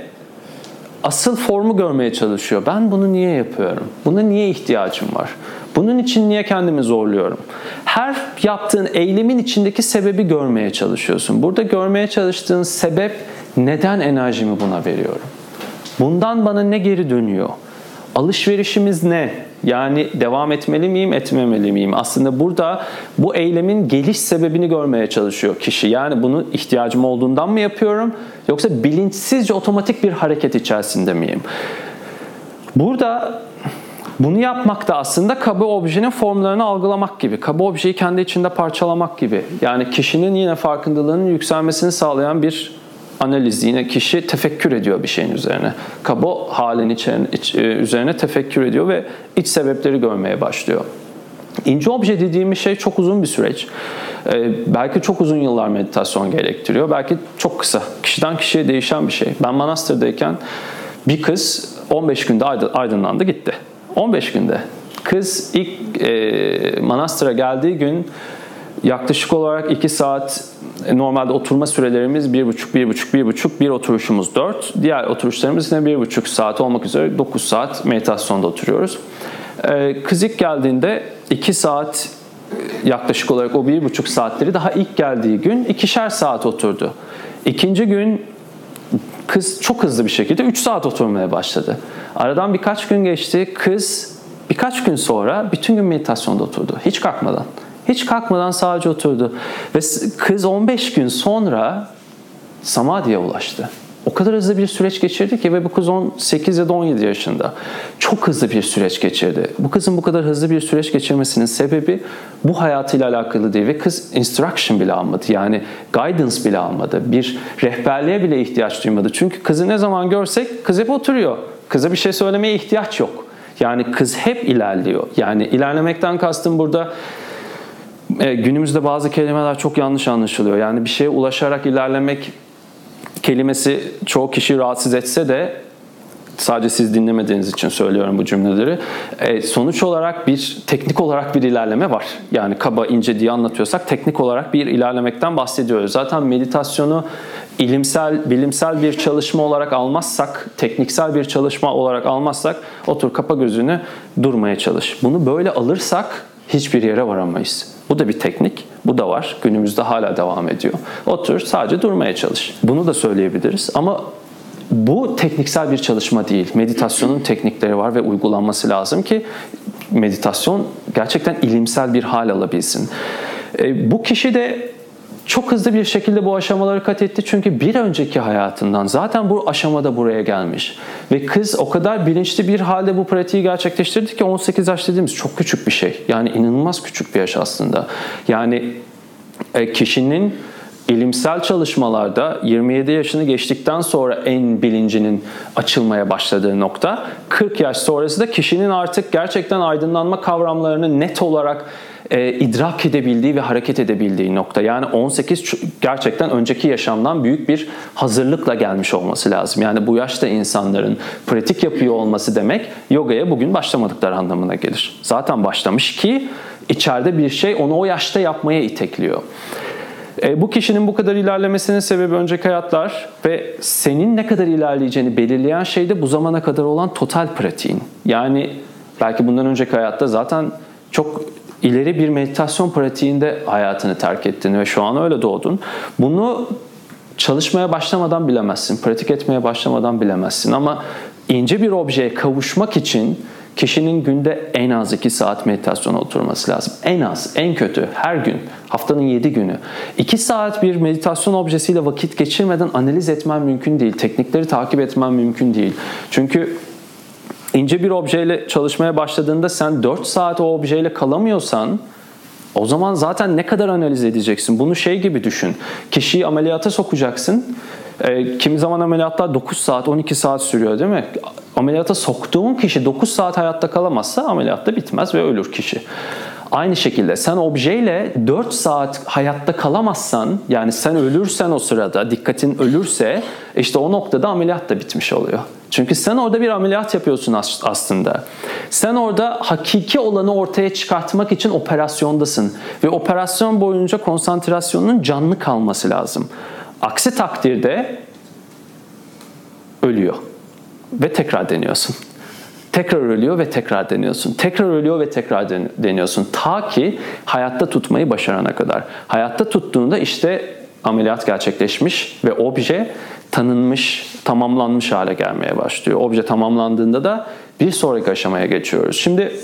asıl formu görmeye çalışıyor. Ben bunu niye yapıyorum? Buna niye ihtiyacım var? Bunun için niye kendimi zorluyorum? Her yaptığın eylemin içindeki sebebi görmeye çalışıyorsun. Burada görmeye çalıştığın sebep, neden enerjimi buna veriyorum? Bundan bana ne geri dönüyor? Alışverişimiz ne? Yani devam etmeli miyim, etmemeli miyim? Aslında burada bu eylemin geliş sebebini görmeye çalışıyor kişi. Yani bunu ihtiyacım olduğundan mı yapıyorum? Yoksa bilinçsizce otomatik bir hareket içerisinde miyim? Burada bunu yapmak da aslında kaba objenin formlarını algılamak gibi. Kaba objeyi kendi içinde parçalamak gibi. Yani kişinin yine farkındalığının yükselmesini sağlayan bir analiz. Yine kişi tefekkür ediyor bir şeyin üzerine. Kaba halin içerine, iç, üzerine tefekkür ediyor ve iç sebepleri görmeye başlıyor. İnce obje dediğimiz şey çok uzun bir süreç. Ee, belki çok uzun yıllar meditasyon gerektiriyor. Belki çok kısa. Kişiden kişiye değişen bir şey. Ben manastırdayken bir kız on beş günde aydınlandı gitti. on beş günde. Kız ilk e, manastıra geldiği gün Yaklaşık olarak iki saat, normalde oturma sürelerimiz bir buçuk, bir buçuk, bir buçuk, bir oturuşumuz dört. Diğer oturuşlarımız yine bir buçuk saat olmak üzere dokuz saat meditasyonda oturuyoruz. Kız ilk geldiğinde iki saat, yaklaşık olarak o bir buçuk saatleri daha ilk geldiği gün ikişer saat oturdu. İkinci gün kız çok hızlı bir şekilde üç saat oturmaya başladı. Aradan birkaç gün geçti. Kız birkaç gün sonra bütün gün meditasyonda oturdu. Hiç kalkmadan. Hiç kalkmadan sadece oturdu. Ve kız on beş gün sonra samadhiye ulaştı. O kadar hızlı bir süreç geçirdi ki ve bu kız on sekiz ya da on yedi yaşında. Çok hızlı bir süreç geçirdi. Bu kızın bu kadar hızlı bir süreç geçirmesinin sebebi bu hayatıyla alakalı değil ve kız instruction bile almadı. Yani guidance bile almadı. Bir rehberliğe bile ihtiyaç duymadı. Çünkü kızı ne zaman görsek kız hep oturuyor. Kıza bir şey söylemeye ihtiyaç yok. Yani kız hep ilerliyor. Yani ilerlemekten kastım burada günümüzde bazı kelimeler çok yanlış anlaşılıyor. Yani bir şeye ulaşarak ilerlemek kelimesi çoğu kişiyi rahatsız etse de sadece siz dinlemediğiniz için söylüyorum bu cümleleri. E, sonuç olarak bir teknik olarak bir ilerleme var. Yani kaba ince diye anlatıyorsak teknik olarak bir ilerlemekten bahsediyoruz. Zaten meditasyonu ilimsel, bilimsel bir çalışma olarak almazsak, tekniksel bir çalışma olarak almazsak otur kapa gözünü durmaya çalış. Bunu böyle alırsak hiçbir yere varamayız. Bu da bir teknik. Bu da var. Günümüzde hala devam ediyor. Otur, sadece durmaya çalış. Bunu da söyleyebiliriz ama bu tekniksel bir çalışma değil. Meditasyonun teknikleri var ve uygulanması lazım ki meditasyon gerçekten ilimsel bir hal alabilsin. E, bu kişi de çok hızlı bir şekilde bu aşamaları kat etti çünkü bir önceki hayatından zaten bu aşamada buraya gelmiş. Ve kız o kadar bilinçli bir halde bu pratiği gerçekleştirdi ki on sekiz yaş dediğimiz çok küçük bir şey. Yani inanılmaz küçük bir yaş aslında. Yani kişinin ilimsel çalışmalarda yirmi yedi yaşını geçtikten sonra en bilincinin açılmaya başladığı nokta, kırk yaş sonrası da kişinin artık gerçekten aydınlanma kavramlarını net olarak e, idrak edebildiği ve hareket edebildiği nokta. Yani on sekiz gerçekten önceki yaşamdan büyük bir hazırlıkla gelmiş olması lazım. Yani bu yaşta insanların pratik yapıyor olması demek yogaya bugün başlamadıkları anlamına gelir. Zaten başlamış ki içeride bir şey onu o yaşta yapmaya itekliyor. E, bu kişinin bu kadar ilerlemesinin sebebi önceki hayatlar ve senin ne kadar ilerleyeceğini belirleyen şey de bu zamana kadar olan total pratiğin. Yani belki bundan önceki hayatta zaten çok ileri bir meditasyon pratiğinde hayatını terk ettin ve şu an öyle doğdun. Bunu çalışmaya başlamadan bilemezsin, pratik etmeye başlamadan bilemezsin ama ince bir objeye kavuşmak için kişinin günde en az iki saat meditasyona oturması lazım. En az, en kötü her gün, haftanın yedi günü. iki saat bir meditasyon objesiyle vakit geçirmeden analiz etmen mümkün değil. Teknikleri takip etmen mümkün değil. Çünkü ince bir objeyle çalışmaya başladığında sen dört saat o objeyle kalamıyorsan o zaman zaten ne kadar analiz edeceksin? Bunu şey gibi düşün. Kişiyi ameliyata sokacaksın. E, kimi zaman ameliyatlar dokuz saat, on iki saat sürüyor değil mi? Ameliyata soktuğun kişi dokuz saat hayatta kalamazsa ameliyatta bitmez ve ölür kişi. Aynı şekilde sen objeyle dört saat hayatta kalamazsan, yani sen ölürsen o sırada, dikkatin ölürse işte o noktada ameliyat da bitmiş oluyor. Çünkü sen orada bir ameliyat yapıyorsun aslında. Sen orada hakiki olanı ortaya çıkartmak için operasyondasın. Ve operasyon boyunca konsantrasyonun canlı kalması lazım. Aksi takdirde ölüyor. Ve tekrar deniyorsun. Tekrar ölüyor ve tekrar deniyorsun. Tekrar ölüyor ve tekrar deniyorsun. Ta ki hayatta tutmayı başarana kadar. Hayatta tuttuğunda işte ameliyat gerçekleşmiş ve obje tanınmış, tamamlanmış hale gelmeye başlıyor. Obje tamamlandığında da bir sonraki aşamaya geçiyoruz. Şimdi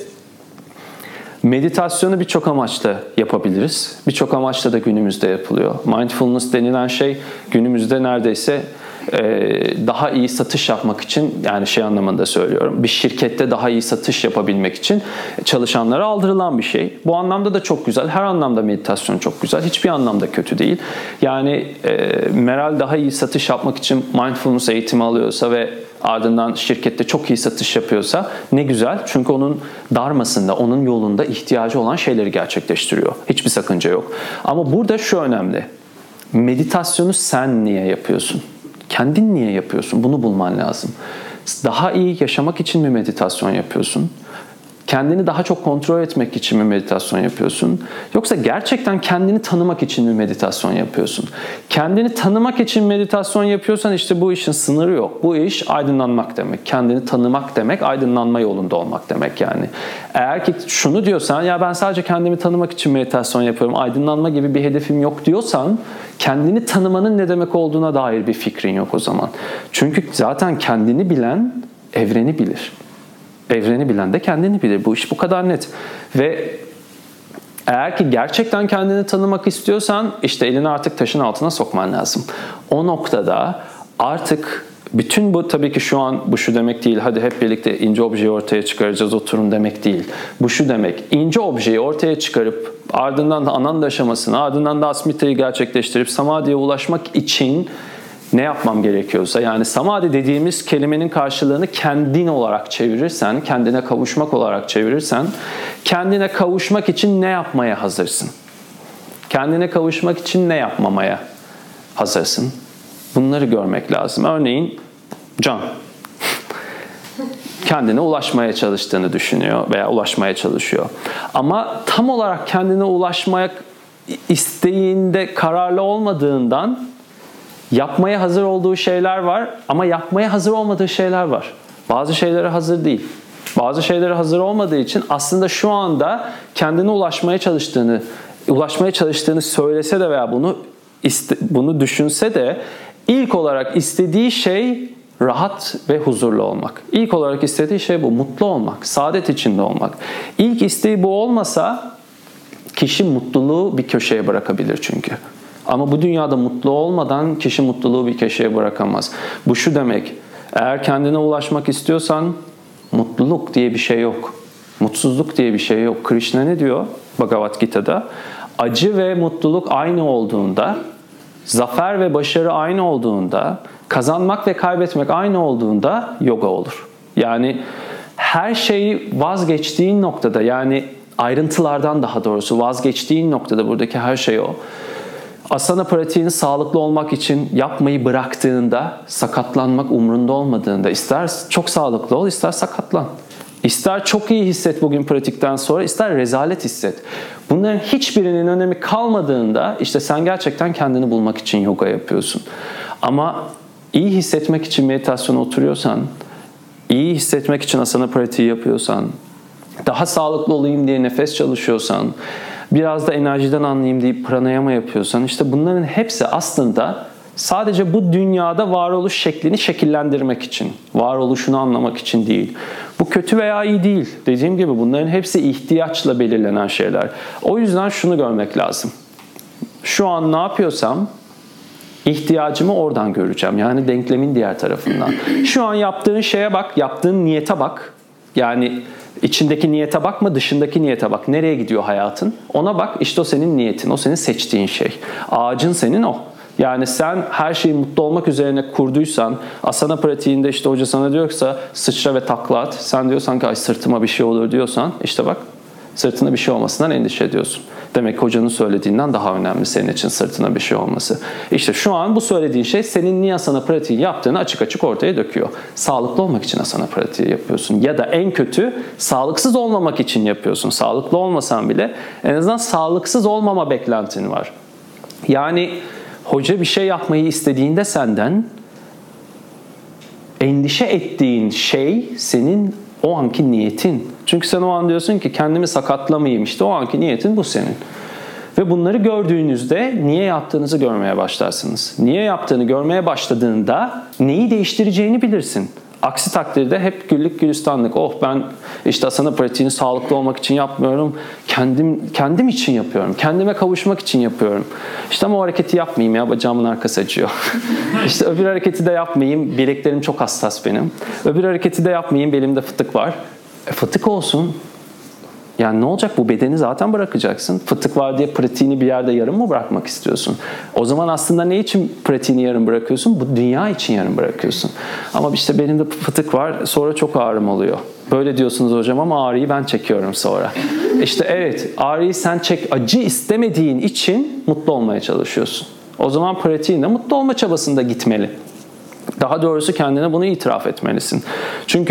meditasyonu birçok amaçla yapabiliriz. Birçok amaçla da günümüzde yapılıyor. Mindfulness denilen şey günümüzde neredeyse daha iyi satış yapmak için, yani şey anlamında söylüyorum, bir şirkette daha iyi satış yapabilmek için çalışanlara aldırılan bir şey. Bu anlamda da çok güzel. Her anlamda meditasyon çok güzel. Hiçbir anlamda kötü değil. Yani e, Meral daha iyi satış yapmak için mindfulness eğitimi alıyorsa ve ardından şirkette çok iyi satış yapıyorsa ne güzel. Çünkü onun dharmasında, onun yolunda ihtiyacı olan şeyleri gerçekleştiriyor. Hiçbir sakınca yok. Ama burada şu önemli. Meditasyonu sen niye yapıyorsun? Kendin niye yapıyorsun? Bunu bulman lazım. Daha iyi yaşamak için mi meditasyon yapıyorsun? Kendini daha çok kontrol etmek için mi meditasyon yapıyorsun? Yoksa gerçekten kendini tanımak için mi meditasyon yapıyorsun? Kendini tanımak için meditasyon yapıyorsan işte bu işin sınırı yok. Bu iş aydınlanmak demek. Kendini tanımak demek, aydınlanma yolunda olmak demek yani. Eğer ki şunu diyorsan, ya ben sadece kendimi tanımak için meditasyon yapıyorum, aydınlanma gibi bir hedefim yok diyorsan, kendini tanımanın ne demek olduğuna dair bir fikrin yok o zaman. Çünkü zaten kendini bilen evreni bilir. Evreni bilen de kendini bilir. Bu iş bu kadar net. Ve eğer ki gerçekten kendini tanımak istiyorsan işte elini artık taşın altına sokman lazım. O noktada artık bütün bu, tabii ki şu an bu şu demek değil, hadi hep birlikte ince objeyi ortaya çıkaracağız, oturun demek değil. Bu şu demek, ince objeyi ortaya çıkarıp ardından da ananda aşamasını, ardından da asmitayı gerçekleştirip samadhiye ulaşmak için ne yapmam gerekiyorsa, yani samadhi dediğimiz kelimenin karşılığını kendin olarak çevirirsen, kendine kavuşmak olarak çevirirsen, kendine kavuşmak için ne yapmaya hazırsın? Kendine kavuşmak için ne yapmamaya hazırsın? Bunları görmek lazım. Örneğin Can kendine ulaşmaya çalıştığını düşünüyor veya ulaşmaya çalışıyor. Ama tam olarak kendine ulaşmaya isteğinde kararlı olmadığından yapmaya hazır olduğu şeyler var ama yapmaya hazır olmadığı şeyler var. Bazı şeylere hazır değil. Bazı şeylere hazır olmadığı için aslında şu anda kendine ulaşmaya çalıştığını, ulaşmaya çalıştığını söylese de veya bunu iste, bunu düşünse de ilk olarak istediği şey rahat ve huzurlu olmak. İlk olarak istediği şey bu, mutlu olmak, saadet içinde olmak. İlk isteği bu olmasa kişi mutluluğu bir köşeye bırakabilir çünkü. Ama bu dünyada mutlu olmadan kişi mutluluğu bir köşeye bırakamaz. Bu şu demek, eğer kendine ulaşmak istiyorsan mutluluk diye bir şey yok. Mutsuzluk diye bir şey yok. Krishna ne diyor Bhagavad Gita'da? Acı ve mutluluk aynı olduğunda, zafer ve başarı aynı olduğunda, kazanmak ve kaybetmek aynı olduğunda yoga olur. Yani her şeyi vazgeçtiğin noktada, yani ayrıntılardan daha doğrusu vazgeçtiğin noktada, buradaki her şey o. Asana pratiğini sağlıklı olmak için yapmayı bıraktığında, sakatlanmak umrunda olmadığında, ister çok sağlıklı ol, ister sakatlan. İster çok iyi hisset bugün pratikten sonra, ister rezalet hisset. Bunların hiçbirinin önemi kalmadığında işte sen gerçekten kendini bulmak için yoga yapıyorsun. Ama iyi hissetmek için meditasyona oturuyorsan, iyi hissetmek için asana pratiği yapıyorsan, daha sağlıklı olayım diye nefes çalışıyorsan, biraz da enerjiden anlayayım deyip pranayama yapıyorsan, işte bunların hepsi aslında sadece bu dünyada varoluş şeklini şekillendirmek için, varoluşunu anlamak için değil. Bu kötü veya iyi değil. Dediğim gibi bunların hepsi ihtiyaçla belirlenen şeyler. O yüzden şunu görmek lazım. Şu an ne yapıyorsam ihtiyacımı oradan göreceğim. Yani denklemin diğer tarafından. Şu an yaptığın şeye bak, yaptığın niyete bak. Yani içindeki niyete bakma, dışındaki niyete bak. Nereye gidiyor hayatın? Ona bak, işte o senin niyetin, o senin seçtiğin şey. Ağacın senin o. Yani sen her şeyi mutlu olmak üzerine kurduysan, asana pratiğinde işte hoca sana diyorsa sıçra ve takla at, sen diyorsan ki ay sırtıma bir şey olur diyorsan, işte bak sırtına bir şey olmasından endişe ediyorsun. Demek ki hocanın söylediğinden daha önemli senin için sırtına bir şey olması. İşte şu an bu söylediğin şey senin niye asana pratiği yaptığını açık açık ortaya döküyor. Sağlıklı olmak için asana pratiği yapıyorsun. Ya da en kötü sağlıksız olmamak için yapıyorsun. Sağlıklı olmasan bile en azından sağlıksız olmama beklentin var. Yani hoca bir şey yapmayı istediğinde senden endişe ettiğin şey senin o anki niyetin. Çünkü sen o an diyorsun ki kendimi sakatlamayayım, işte o anki niyetin bu senin. Ve bunları gördüğünüzde niye yaptığınızı görmeye başlarsınız. Niye yaptığını görmeye başladığında neyi değiştireceğini bilirsin. Aksi takdirde hep güllük gülistanlık. Oh ben işte asana pratiğini sağlıklı olmak için yapmıyorum. Kendim kendim için yapıyorum. Kendime kavuşmak için yapıyorum. İşte ama o hareketi yapmayayım ya, bacağımın arkası acıyor. İşte öbür hareketi de yapmayayım. Bileklerim çok hassas benim. Öbür hareketi de yapmayayım. Belimde fıtık var. E, fıtık olsun. Yani ne olacak? Bu bedeni zaten bırakacaksın. Fıtık var diye pratiğini bir yerde yarım mı bırakmak istiyorsun? O zaman aslında ne için pratiğini yarım bırakıyorsun? Bu dünya için yarım bırakıyorsun. Ama işte benim de fıtık var, sonra çok ağrım oluyor. Böyle diyorsunuz hocam ama ağrıyı ben çekiyorum sonra. İşte evet, ağrıyı sen çek, acı istemediğin için mutlu olmaya çalışıyorsun. O zaman pratiğinde mutlu olma çabasında gitmeli. Daha doğrusu kendine bunu itiraf etmelisin. Çünkü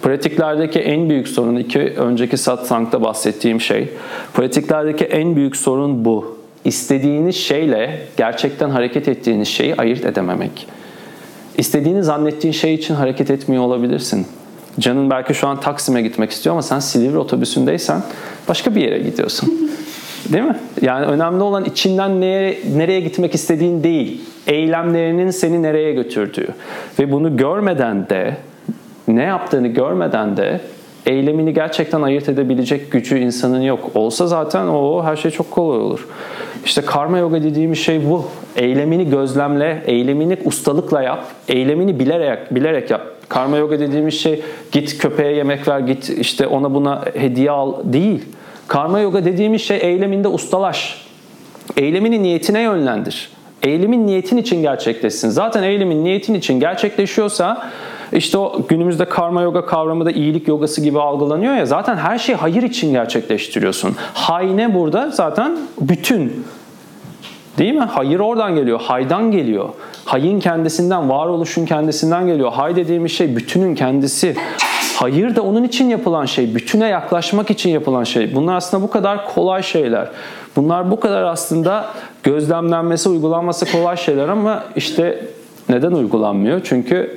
Pratiklerdeki en büyük sorun, iki önceki satsang'da bahsettiğim şey, pratiklerdeki en büyük sorun bu. İstediğiniz şeyle gerçekten hareket ettiğiniz şeyi ayırt edememek. İstediğini zannettiğin şey için hareket etmiyor olabilirsin. Canın belki şu an Taksim'e gitmek istiyor ama sen Silivri otobüsündeysen başka bir yere gidiyorsun. Değil mi? Yani önemli olan içinden neye, nereye gitmek istediğin değil, eylemlerinin seni nereye götürdüğü. Ve bunu görmeden de, ne yaptığını görmeden de eylemini gerçekten ayırt edebilecek gücü insanın yok. Olsa zaten o her şey çok kolay olur. İşte karma yoga dediğimiz şey bu. Eylemini gözlemle, eylemini ustalıkla yap, eylemini bilerek bilerek yap. Karma yoga dediğimiz şey git köpeğe yemek ver, git işte ona buna hediye al değil. Karma yoga dediğimiz şey eyleminde ustalaş. Eylemini niyetine yönlendir. Eylemin niyetin için gerçekleşsin. Zaten eylemin niyetin için gerçekleşiyorsa işte o günümüzde karma yoga kavramı da iyilik yogası gibi algılanıyor ya, zaten her şeyi hayır için gerçekleştiriyorsun. Hayne burada zaten bütün. Değil mi? Hayır oradan geliyor. Haydan geliyor. Hayın kendisinden, varoluşun kendisinden geliyor. Hay dediğimiz şey bütünün kendisi. Hayır da onun için yapılan şey. Bütüne yaklaşmak için yapılan şey. Bunlar aslında bu kadar kolay şeyler. Bunlar bu kadar aslında gözlemlenmesi, uygulanması kolay şeyler ama işte neden uygulanmıyor? Çünkü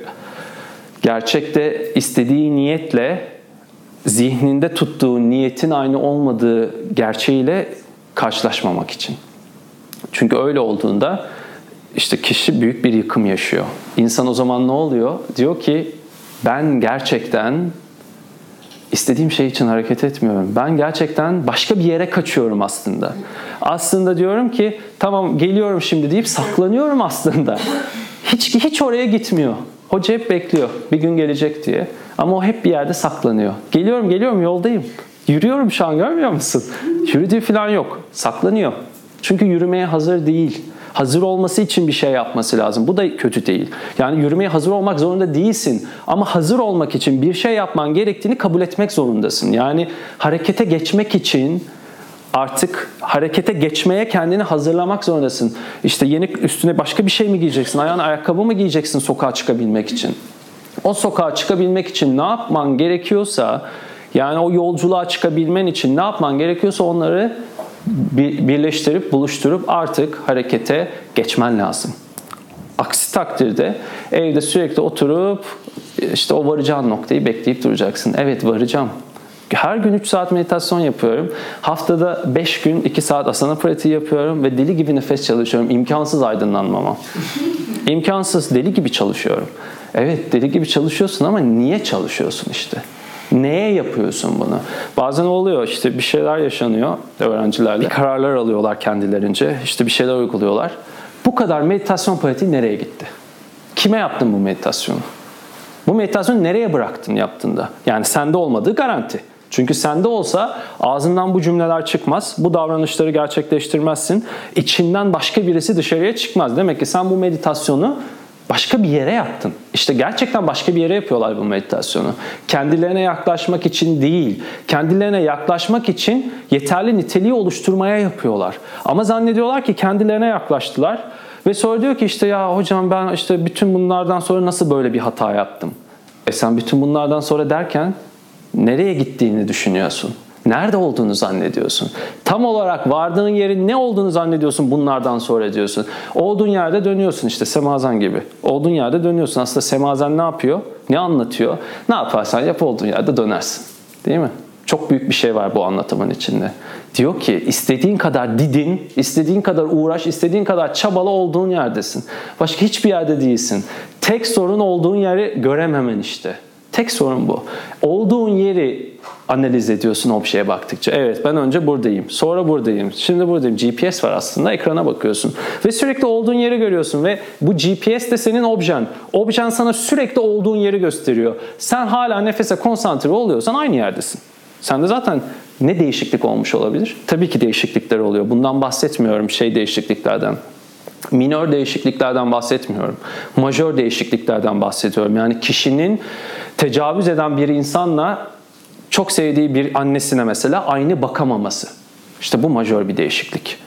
gerçekte istediği niyetle zihninde tuttuğu niyetin aynı olmadığı gerçeğiyle karşılaşmamak için. Çünkü öyle olduğunda işte kişi büyük bir yıkım yaşıyor. İnsan o zaman ne oluyor? Diyor ki ben gerçekten istediğim şey için hareket etmiyorum. Ben gerçekten başka bir yere kaçıyorum aslında. Aslında diyorum ki tamam geliyorum şimdi deyip saklanıyorum aslında. Hiç hiç oraya gitmiyor. Hoca hep bekliyor bir gün gelecek diye. Ama o hep bir yerde saklanıyor. Geliyorum geliyorum yoldayım. Yürüyorum şu an, görmüyor musun? Yürüdüğü falan yok. Saklanıyor. Çünkü yürümeye hazır değil. Hazır olması için bir şey yapması lazım. Bu da kötü değil. Yani yürümeye hazır olmak zorunda değilsin. Ama hazır olmak için bir şey yapman gerektiğini kabul etmek zorundasın. Yani harekete geçmek için artık harekete geçmeye kendini hazırlamak zorundasın. İşte yeni üstüne başka bir şey mi giyeceksin? Ayağına ayakkabı mı giyeceksin sokağa çıkabilmek için? O sokağa çıkabilmek için ne yapman gerekiyorsa, yani o yolculuğa çıkabilmen için ne yapman gerekiyorsa onları birleştirip, buluşturup artık harekete geçmen lazım. Aksi takdirde evde sürekli oturup işte o varacağın noktayı bekleyip duracaksın. Evet varacağım. Her gün üç saat meditasyon yapıyorum. Haftada beş gün iki saat asana pratiği yapıyorum ve deli gibi nefes çalışıyorum. İmkansız aydınlanmama. İmkansız, deli gibi çalışıyorum. Evet deli gibi çalışıyorsun ama niye çalışıyorsun işte? Neye yapıyorsun bunu? Bazen oluyor işte bir şeyler yaşanıyor öğrencilerle. Bir kararlar alıyorlar kendilerince. İşte bir şeyler uyguluyorlar. Bu kadar meditasyon pratiği nereye gitti? Kime yaptın bu meditasyonu? Bu meditasyonu nereye bıraktın yaptığında? Yani sende olmadığı garanti. Çünkü sende olsa ağzından bu cümleler çıkmaz. Bu davranışları gerçekleştirmezsin. İçinden başka birisi dışarıya çıkmaz. Demek ki sen bu meditasyonu başka bir yere yaptın. İşte gerçekten başka bir yere yapıyorlar bu meditasyonu. Kendilerine yaklaşmak için değil, kendilerine yaklaşmak için yeterli niteliği oluşturmaya yapıyorlar. Ama zannediyorlar ki kendilerine yaklaştılar ve sonra diyor ki işte ya hocam ben işte bütün bunlardan sonra nasıl böyle bir hata yaptım? E sen bütün bunlardan sonra derken nereye gittiğini düşünüyorsun? Nerede olduğunu zannediyorsun? Tam olarak vardığın yerin ne olduğunu zannediyorsun bunlardan sonra diyorsun. Olduğun yerde dönüyorsun işte semazen gibi. Olduğun yerde dönüyorsun. Aslında semazen ne yapıyor? Ne anlatıyor? Ne yaparsan yap olduğun yerde dönersin. Değil mi? Çok büyük bir şey var bu anlatımın içinde. Diyor ki istediğin kadar didin, istediğin kadar uğraş, istediğin kadar çabala olduğun yerdesin. Başka hiçbir yerde değilsin. Tek sorun olduğun yeri görememen işte. Tek sorun bu. Olduğun yeri analiz ediyorsun o şeye baktıkça. Evet ben önce buradayım, sonra buradayım, şimdi buradayım. G P S var aslında, ekrana bakıyorsun. Ve sürekli olduğun yeri görüyorsun ve bu G P S de senin objen. Objen sana sürekli olduğun yeri gösteriyor. Sen hala nefese konsantre oluyorsan aynı yerdesin. Sende zaten ne değişiklik olmuş olabilir? Tabii ki değişiklikler oluyor. Bundan bahsetmiyorum şey değişikliklerden. Minör değişikliklerden bahsetmiyorum. Majör değişikliklerden bahsediyorum. Yani kişinin tecavüz eden bir insanla çok sevdiği bir annesine mesela aynı bakamaması. İşte bu majör bir değişiklik.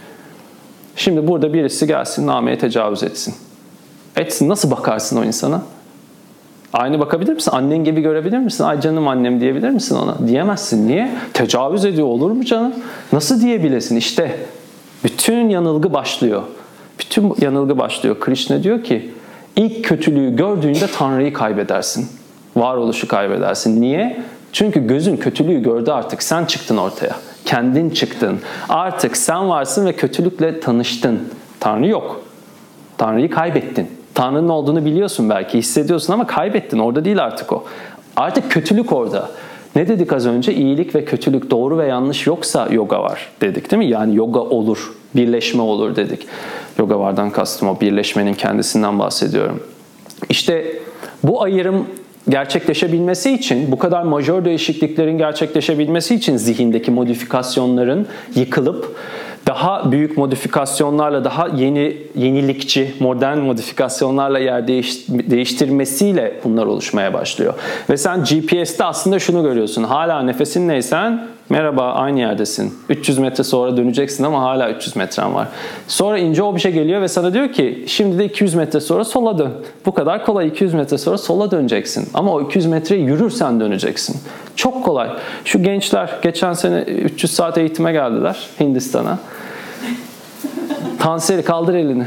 Şimdi burada birisi gelsin Name'ye tecavüz etsin. Etsin, nasıl bakarsın o insana? Aynı bakabilir misin? Annen gibi görebilir misin? Ay canım annem diyebilir misin ona? Diyemezsin. Niye? Tecavüz ediyor, olur mu canım? Nasıl diyebilesin? İşte bütün yanılgı başlıyor. Bütün yanılgı başlıyor. Krishna diyor ki ilk kötülüğü gördüğünde Tanrı'yı kaybedersin. Varoluşu kaybedersin. Niye? Çünkü gözün kötülüğü gördü artık. Sen çıktın ortaya. Kendin çıktın. Artık sen varsın ve kötülükle tanıştın. Tanrı yok. Tanrı'yı kaybettin. Tanrı'nın olduğunu biliyorsun belki, hissediyorsun ama kaybettin. Orada değil artık o. Artık kötülük orada. Ne dedik az önce? İyilik ve kötülük, doğru ve yanlış yoksa yoga var dedik değil mi? Yani yoga olur, birleşme olur dedik. Yoga vardan kastım o birleşmenin kendisinden bahsediyorum. İşte bu ayrım gerçekleşebilmesi için, bu kadar majör değişikliklerin gerçekleşebilmesi için zihindeki modifikasyonların yıkılıp daha büyük modifikasyonlarla, daha yeni, yenilikçi, modern modifikasyonlarla yer değiş, değiştirmesiyle bunlar oluşmaya başlıyor. Ve sen G P S'te aslında şunu görüyorsun. Hala nefesindeysen merhaba aynı yerdesin. üç yüz metre sonra döneceksin ama hala üç yüz metren var. Sonra ince obje geliyor ve sana diyor ki şimdi de iki yüz metre sonra sola dön. Bu kadar kolay, iki yüz metre sonra sola döneceksin. Ama o iki yüz metreyi yürürsen döneceksin. Çok kolay. Şu gençler geçen sene üç yüz saat eğitime geldiler Hindistan'a. Tanseri kaldır elini.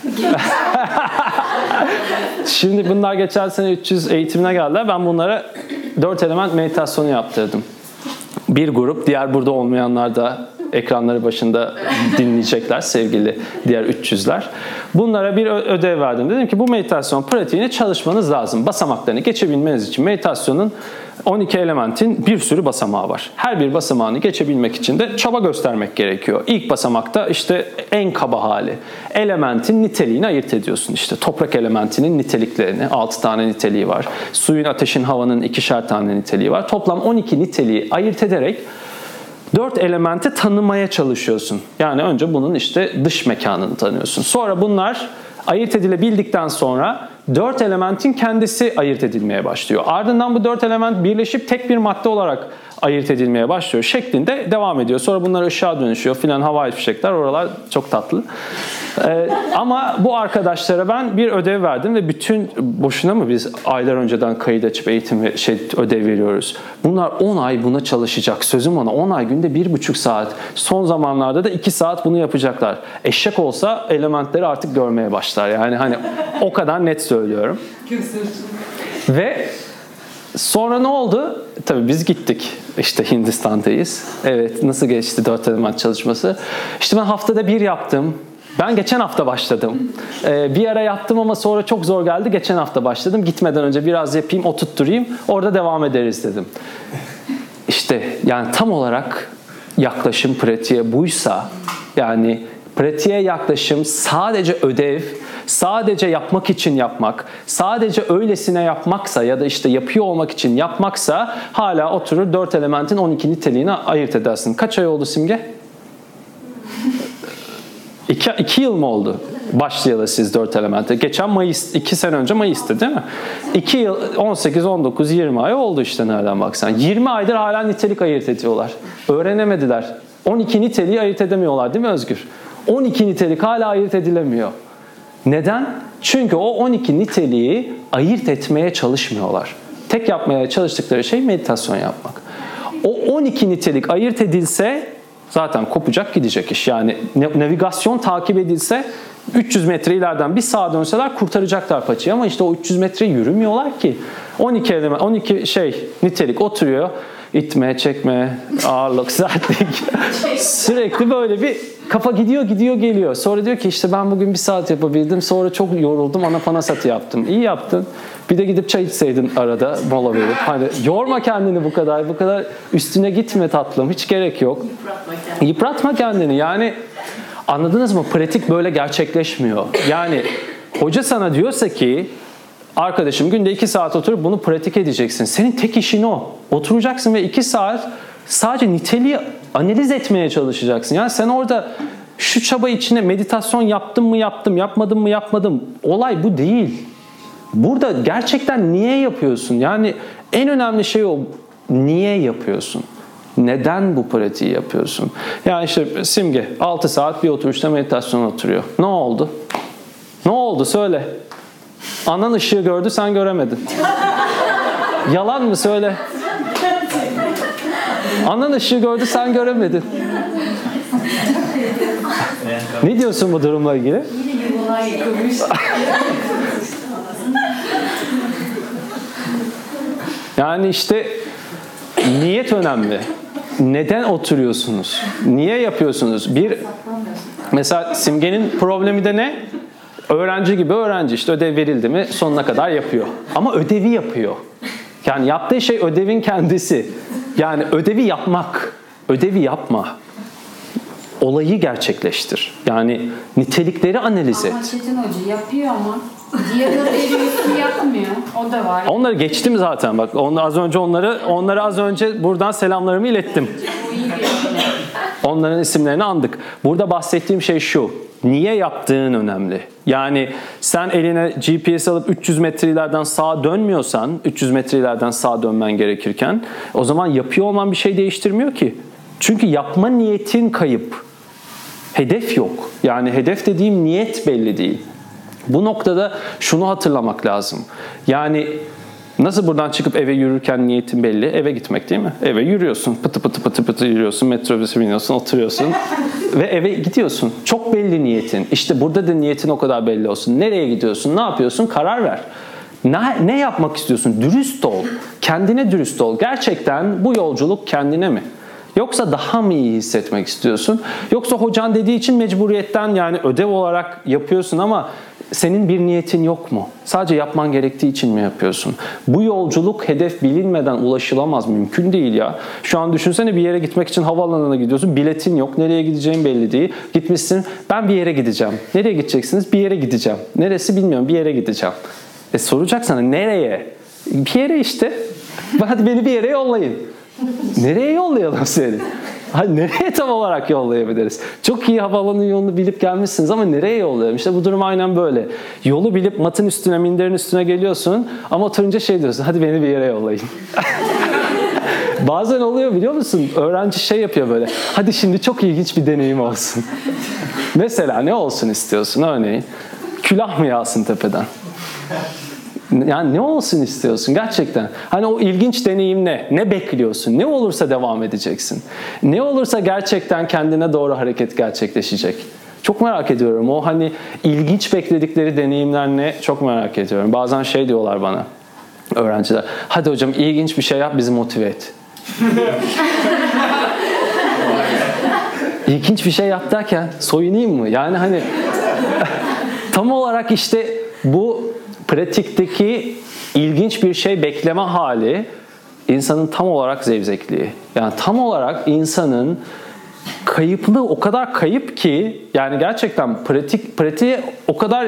Şimdi bunlar geçen sene üç yüz eğitimine geldiler. Ben bunlara dört element meditasyonu yaptırdım. Bir grup, diğer burada olmayanlar da ekranları başında dinleyecekler sevgili diğer üç yüzler. Bunlara bir ödev verdim. Dedim ki bu meditasyon pratiğini çalışmanız lazım. Basamaklarını geçebilmeniz için meditasyonun on iki elementin bir sürü basamağı var. Her bir basamağını geçebilmek için de çaba göstermek gerekiyor. İlk basamakta işte en kaba hali. Elementin niteliğini ayırt ediyorsun. İşte toprak elementinin niteliklerini, altı tane niteliği var. Suyun, ateşin, havanın ikişer tane niteliği var. Toplam on iki niteliği ayırt ederek dört elementi tanımaya çalışıyorsun. Yani önce bunun işte dış mekanını tanıyorsun. Sonra bunlar ayırt edilebildikten sonra dört elementin kendisi ayırt edilmeye başlıyor. Ardından bu dört element birleşip tek bir madde olarak ayırt edilmeye başlıyor şeklinde devam ediyor. Sonra bunlar ışığa dönüşüyor filan, havai fişekler, oralar çok tatlı. Ee, ama bu arkadaşlara ben bir ödev verdim ve bütün, boşuna mı biz aylar önceden kayıt açıp eğitim ve şey ödev veriyoruz. Bunlar on ay buna çalışacak. Sözüm ona on ay günde bir buçuk saat. Son zamanlarda da iki saat bunu yapacaklar. Eşek olsa elementleri artık görmeye başlar. Yani hani o kadar net söylüyorum. Ve sonra ne oldu? Tabii biz gittik. İşte Hindistan'dayız. Evet, nasıl geçti dört element çalışması? İşte ben haftada bir yaptım. Ben geçen hafta başladım. Ee, bir ara yaptım ama sonra çok zor geldi. Geçen hafta başladım. Gitmeden önce biraz yapayım, oturtturayım. Orada devam ederiz dedim. İşte yani tam olarak yaklaşım pratiğe buysa, yani pratiğe yaklaşım sadece ödev, sadece yapmak için yapmak, sadece öylesine yapmaksa ya da işte yapıyor olmak için yapmaksa hala oturur dört elementin on iki niteliğini ayırt edersin. Kaç ay oldu Simge? İki, iki yıl mı oldu? Başlayalı siz dört elemente. Geçen Mayıs, iki sene önce Mayıs'tı değil mi? İki yıl, on sekiz, on dokuz, yirmi ay oldu işte nereden baksan. yirmi aydır hala nitelik ayırt ediyorlar. Öğrenemediler. on iki niteliği ayırt edemiyorlar değil mi Özgür? on iki nitelik hala ayırt edilemiyor. Neden? Çünkü o on iki niteliği ayırt etmeye çalışmıyorlar. Tek yapmaya çalıştıkları şey meditasyon yapmak. O on iki nitelik ayırt edilse zaten kopacak gidecek iş. Yani navigasyon takip edilse üç yüz metre ileriden bir sağa dönseler kurtaracaklar paçayı ama işte o üç yüz metre yürümüyorlar ki. on iki element, on iki şey nitelik oturuyor. İtme, çekme, ağırlık, sertlik. Sürekli böyle bir kafa gidiyor gidiyor geliyor. Sonra diyor ki işte ben bugün bir saat yapabildim. Sonra çok yoruldum, anapanasatı yaptım. İyi yaptın. Bir de gidip çay içseydin arada mola verip. Hani yorma kendini bu kadar. Bu kadar üstüne gitme tatlım. Hiç gerek yok. Yıpratma kendini. Yıpratma kendini. Yani anladınız mı? Pratik böyle gerçekleşmiyor. Yani hoca sana diyorsa ki arkadaşım günde iki saat oturup bunu pratik edeceksin. Senin tek işin o. Oturacaksın ve iki saat sadece niteliği analiz etmeye çalışacaksın. Yani sen orada şu çaba içine meditasyon yaptım mı yaptım, yapmadım mı yapmadım. Olay bu değil. Burada gerçekten niye yapıyorsun? Yani en önemli şey o. Niye yapıyorsun? Neden bu pratiği yapıyorsun? Yani işte Simge altı saat bir oturuşta meditasyon oturuyor. Ne oldu? Ne oldu? Söyle. Anan ışığı gördü, sen göremedin. Yalan mı söyle? Anan ışığı gördü, sen göremedin. Ne diyorsun bu durumla ilgili? Yine yuvalar yıkılmış. Yani işte niyet önemli. Neden oturuyorsunuz? Niye yapıyorsunuz? Bir mesela Simge'nin problemi de ne? Öğrenci gibi öğrenci. İşte ödev verildi mi sonuna kadar yapıyor. Ama ödevi yapıyor. Yani yaptığı şey ödevin kendisi. Yani ödevi yapmak. Ödevi yapma. Olayı gerçekleştir. Yani nitelikleri analiz et. Ama Çetin Hoca yapıyor ama diğer ödevi yapmıyor. O da var. Onları geçtim zaten bak. Onu az önce onları onları az önce buradan selamlarımı ilettim. Bu iyi bir örnek. Onların isimlerini andık. Burada bahsettiğim şey şu. Niye yaptığın önemli. Yani sen eline G P S alıp üç yüz metre ileriden sağa dönmüyorsan, üç yüz metre ileriden sağa dönmen gerekirken, o zaman yapıyor olman bir şey değiştirmiyor ki. Çünkü yapma niyetin kayıp. Hedef yok. Yani hedef dediğim niyet belli değil. Bu noktada şunu hatırlamak lazım. Yani nasıl buradan çıkıp eve yürürken niyetin belli? Eve gitmek değil mi? Eve yürüyorsun. Pıtı pıtı pıtı pıtı yürüyorsun. Metrobüse biniyorsun, oturuyorsun. Ve eve gidiyorsun. Çok belli niyetin. İşte burada da niyetin o kadar belli olsun. Nereye gidiyorsun? Ne yapıyorsun? Karar ver. Ne, ne yapmak istiyorsun? Dürüst ol. Kendine dürüst ol. Gerçekten bu yolculuk kendine mi? Yoksa daha mı iyi hissetmek istiyorsun? Yoksa hocan dediği için mecburiyetten yani ödev olarak yapıyorsun ama senin bir niyetin yok mu? Sadece yapman gerektiği için mi yapıyorsun? Bu yolculuk hedef bilinmeden ulaşılamaz. Mümkün değil ya. Şu an düşünsene bir yere gitmek için havaalanına gidiyorsun. Biletin yok. Nereye gideceğin belli değil. Gitmişsin. Ben bir yere gideceğim. Nereye gideceksiniz? Bir yere gideceğim. Neresi bilmiyorum. Bir yere gideceğim. E soracak sana nereye? Bir yere işte. Hadi beni bir yere yollayın. Nereye yollayalım seni? Hani nereye tam olarak yollayabiliriz? Çok iyi havaalanı yolunu bilip gelmişsiniz ama nereye yollayalım? İşte bu durum aynen böyle. Yolu bilip matın üstüne, minderin üstüne geliyorsun ama oturunca şey diyorsun, hadi beni bir yere yollayın. Bazen oluyor biliyor musun? Öğrenci şey yapıyor böyle, hadi şimdi çok ilginç bir deneyim olsun. Mesela ne olsun istiyorsun örneğin? Külah mı yağsın tepeden? Yani ne olsun istiyorsun gerçekten? Hani o ilginç deneyim ne? Ne bekliyorsun? Ne olursa devam edeceksin? Ne olursa gerçekten kendine doğru hareket gerçekleşecek? Çok merak ediyorum. O hani ilginç bekledikleri deneyimler ne? Çok merak ediyorum. Bazen şey diyorlar bana öğrenciler. Hadi hocam ilginç bir şey yap bizi motive et. İlginç bir şey yap derken soyunayım mı? Yani hani tam olarak işte bu pratikteki ilginç bir şey bekleme hali insanın tam olarak zevzekliği. Yani tam olarak insanın kayıplığı o kadar kayıp ki yani gerçekten pratik pratiğe o kadar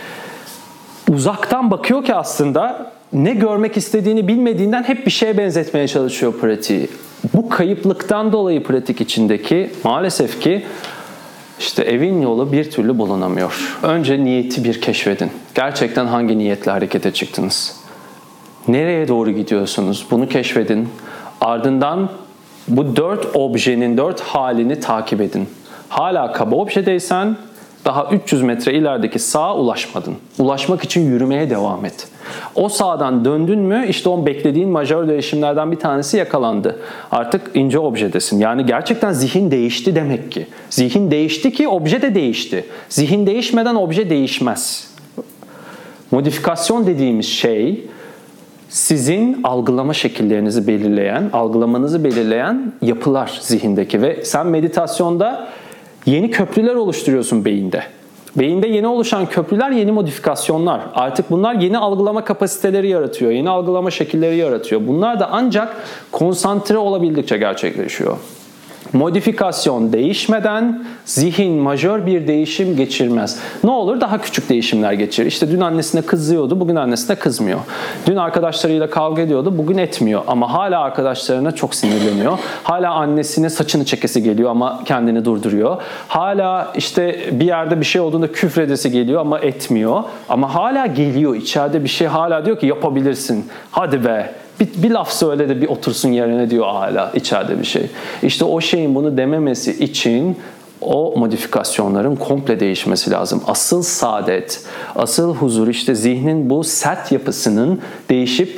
uzaktan bakıyor ki aslında ne görmek istediğini bilmediğinden hep bir şeye benzetmeye çalışıyor pratiği. Bu kayıplıktan dolayı pratik içindeki maalesef ki İşte evin yolu bir türlü bulunamıyor. Önce niyeti bir keşfedin. Gerçekten hangi niyetle harekete çıktınız? Nereye doğru gidiyorsunuz? Bunu keşfedin. Ardından bu dört objenin dört halini takip edin. Hala kaba objedeysen daha üç yüz metre ilerideki sağa ulaşmadın. Ulaşmak için yürümeye devam et. O sağdan döndün mü işte o beklediğin majör değişimlerden bir tanesi yakalandı. Artık ince objedesin. Yani gerçekten zihin değişti demek ki. Zihin değişti ki obje de değişti. Zihin değişmeden obje değişmez. Modifikasyon dediğimiz şey sizin algılama şekillerinizi belirleyen, algılamanızı belirleyen yapılar zihindeki ve sen meditasyonda yeni köprüler oluşturuyorsun beyinde. Beyinde yeni oluşan köprüler yeni modifikasyonlar. Artık bunlar yeni algılama kapasiteleri yaratıyor, yeni algılama şekilleri yaratıyor. Bunlar da ancak konsantre olabildikçe gerçekleşiyor. Modifikasyon değişmeden zihin majör bir değişim geçirmez. Ne olur? Daha küçük değişimler geçirir. İşte dün annesine kızıyordu, bugün annesine kızmıyor. Dün arkadaşlarıyla kavga ediyordu, bugün etmiyor. Ama hala arkadaşlarına çok sinirleniyor. Hala annesine saçını çekesi geliyor ama kendini durduruyor. Hala işte bir yerde bir şey olduğunda küfredesi geliyor ama etmiyor. Ama hala geliyor. İçeride bir şey hala diyor ki yapabilirsin. Hadi be. Bir, bir laf söyle de bir otursun yerine diyor hala içeride bir şey. İşte o şeyin bunu dememesi için o modifikasyonların komple değişmesi lazım. Asıl saadet, asıl huzur işte zihnin bu sert yapısının değişip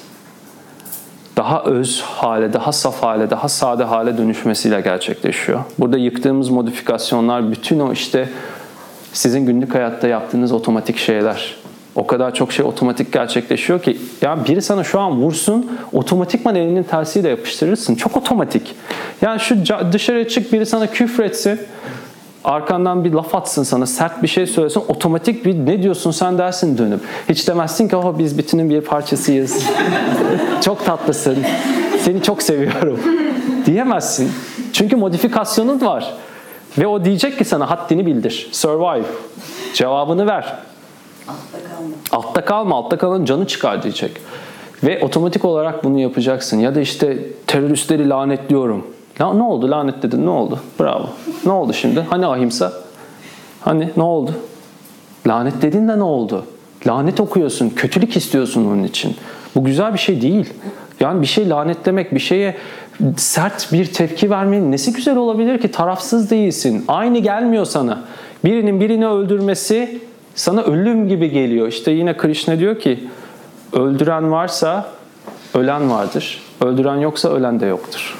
daha öz hale, daha saf hale, daha sade hale dönüşmesiyle gerçekleşiyor. Burada yıktığımız modifikasyonlar bütün o işte sizin günlük hayatta yaptığınız otomatik şeyler. O kadar çok şey otomatik gerçekleşiyor ki ya biri sana şu an vursun otomatikman elinin tersiyle yapıştırırsın. Çok otomatik. Yani şu dışarıya çık biri sana küfretsin. Arkandan bir laf atsın sana, sert bir şey söylesin, otomatik bir ne diyorsun sen dersin dönüp. Hiç demezsin ki oh, biz bütünün bir parçasıyız. Çok tatlısın, seni çok seviyorum diyemezsin. Çünkü modifikasyonun var. Ve o diyecek ki sana haddini bildir, survive, cevabını ver. Altta kalma. Altta kalma, altta kalanın canı çıkar diyecek. Ve otomatik olarak bunu yapacaksın. Ya da işte teröristleri lanetliyorum. Ya ne oldu? Lanetledin. Ne oldu? Bravo. Ne oldu şimdi? Hani ahimsa? Hani ne oldu? Lanetledin de ne oldu? Lanet okuyorsun. Kötülük istiyorsun onun için. Bu güzel bir şey değil. Yani bir şey lanetlemek, bir şeye sert bir tepki vermenin nesi güzel olabilir ki? Tarafsız değilsin. Aynı gelmiyor sana. Birinin birini öldürmesi sana ölüm gibi geliyor. İşte yine Krishna diyor ki öldüren varsa ölen vardır. Öldüren yoksa ölen de yoktur.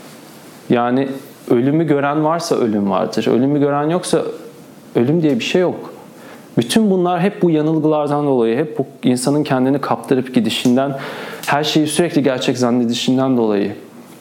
Yani ölümü gören varsa ölüm vardır. Ölümü gören yoksa ölüm diye bir şey yok. Bütün bunlar hep bu yanılgılardan dolayı, hep bu insanın kendini kaptırıp gidişinden, her şeyi sürekli gerçek zannedişinden dolayı.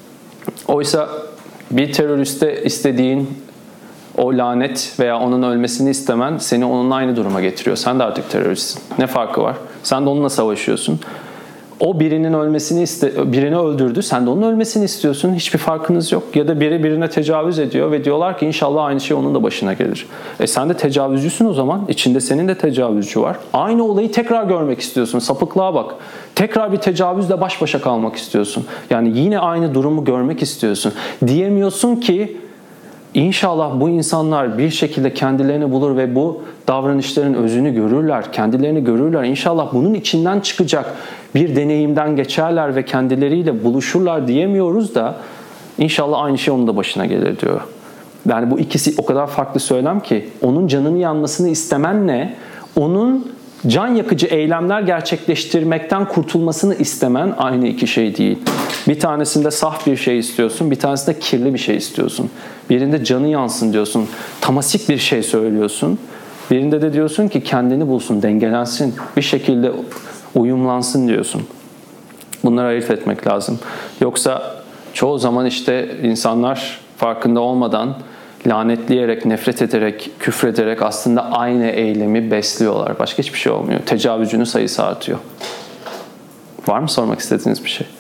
Oysa bir teröriste istediğin o lanet veya onun ölmesini istemen seni onunla aynı duruma getiriyor. Sen de artık teröristsin. Ne farkı var? Sen de onunla savaşıyorsun. O birinin ölmesini iste, birini öldürdü. Sen de onun ölmesini istiyorsun. Hiçbir farkınız yok. Ya da biri birine tecavüz ediyor ve diyorlar ki inşallah aynı şey onun da başına gelir. E sen de tecavüzcüsün o zaman. İçinde senin de tecavüzcü var. Aynı olayı tekrar görmek istiyorsun. Sapıklığa bak. Tekrar bir tecavüzle baş başa kalmak istiyorsun. Yani yine aynı durumu görmek istiyorsun. Diyemiyorsun ki İnşallah bu insanlar bir şekilde kendilerini bulur ve bu davranışların özünü görürler, kendilerini görürler. İnşallah bunun içinden çıkacak bir deneyimden geçerler ve kendileriyle buluşurlar diyemiyoruz da inşallah aynı şey onun da başına gelir diyor. Yani bu ikisi o kadar farklı söylem ki onun canını yanmasını istemenle onun can yakıcı eylemler gerçekleştirmekten kurtulmasını istemen aynı iki şey değil. Bir tanesinde saf bir şey istiyorsun, bir tanesinde kirli bir şey istiyorsun. Birinde canı yansın diyorsun, tamasik bir şey söylüyorsun. Birinde de diyorsun ki kendini bulsun, dengelensin, bir şekilde uyumlansın diyorsun. Bunları ayırt etmek lazım. Yoksa çoğu zaman işte insanlar farkında olmadan lanetleyerek, nefret ederek, küfrederek aslında aynı eylemi besliyorlar. Başka hiçbir şey olmuyor. Tecavüzcünün sayısı artıyor. Var mı sormak istediğiniz bir şey?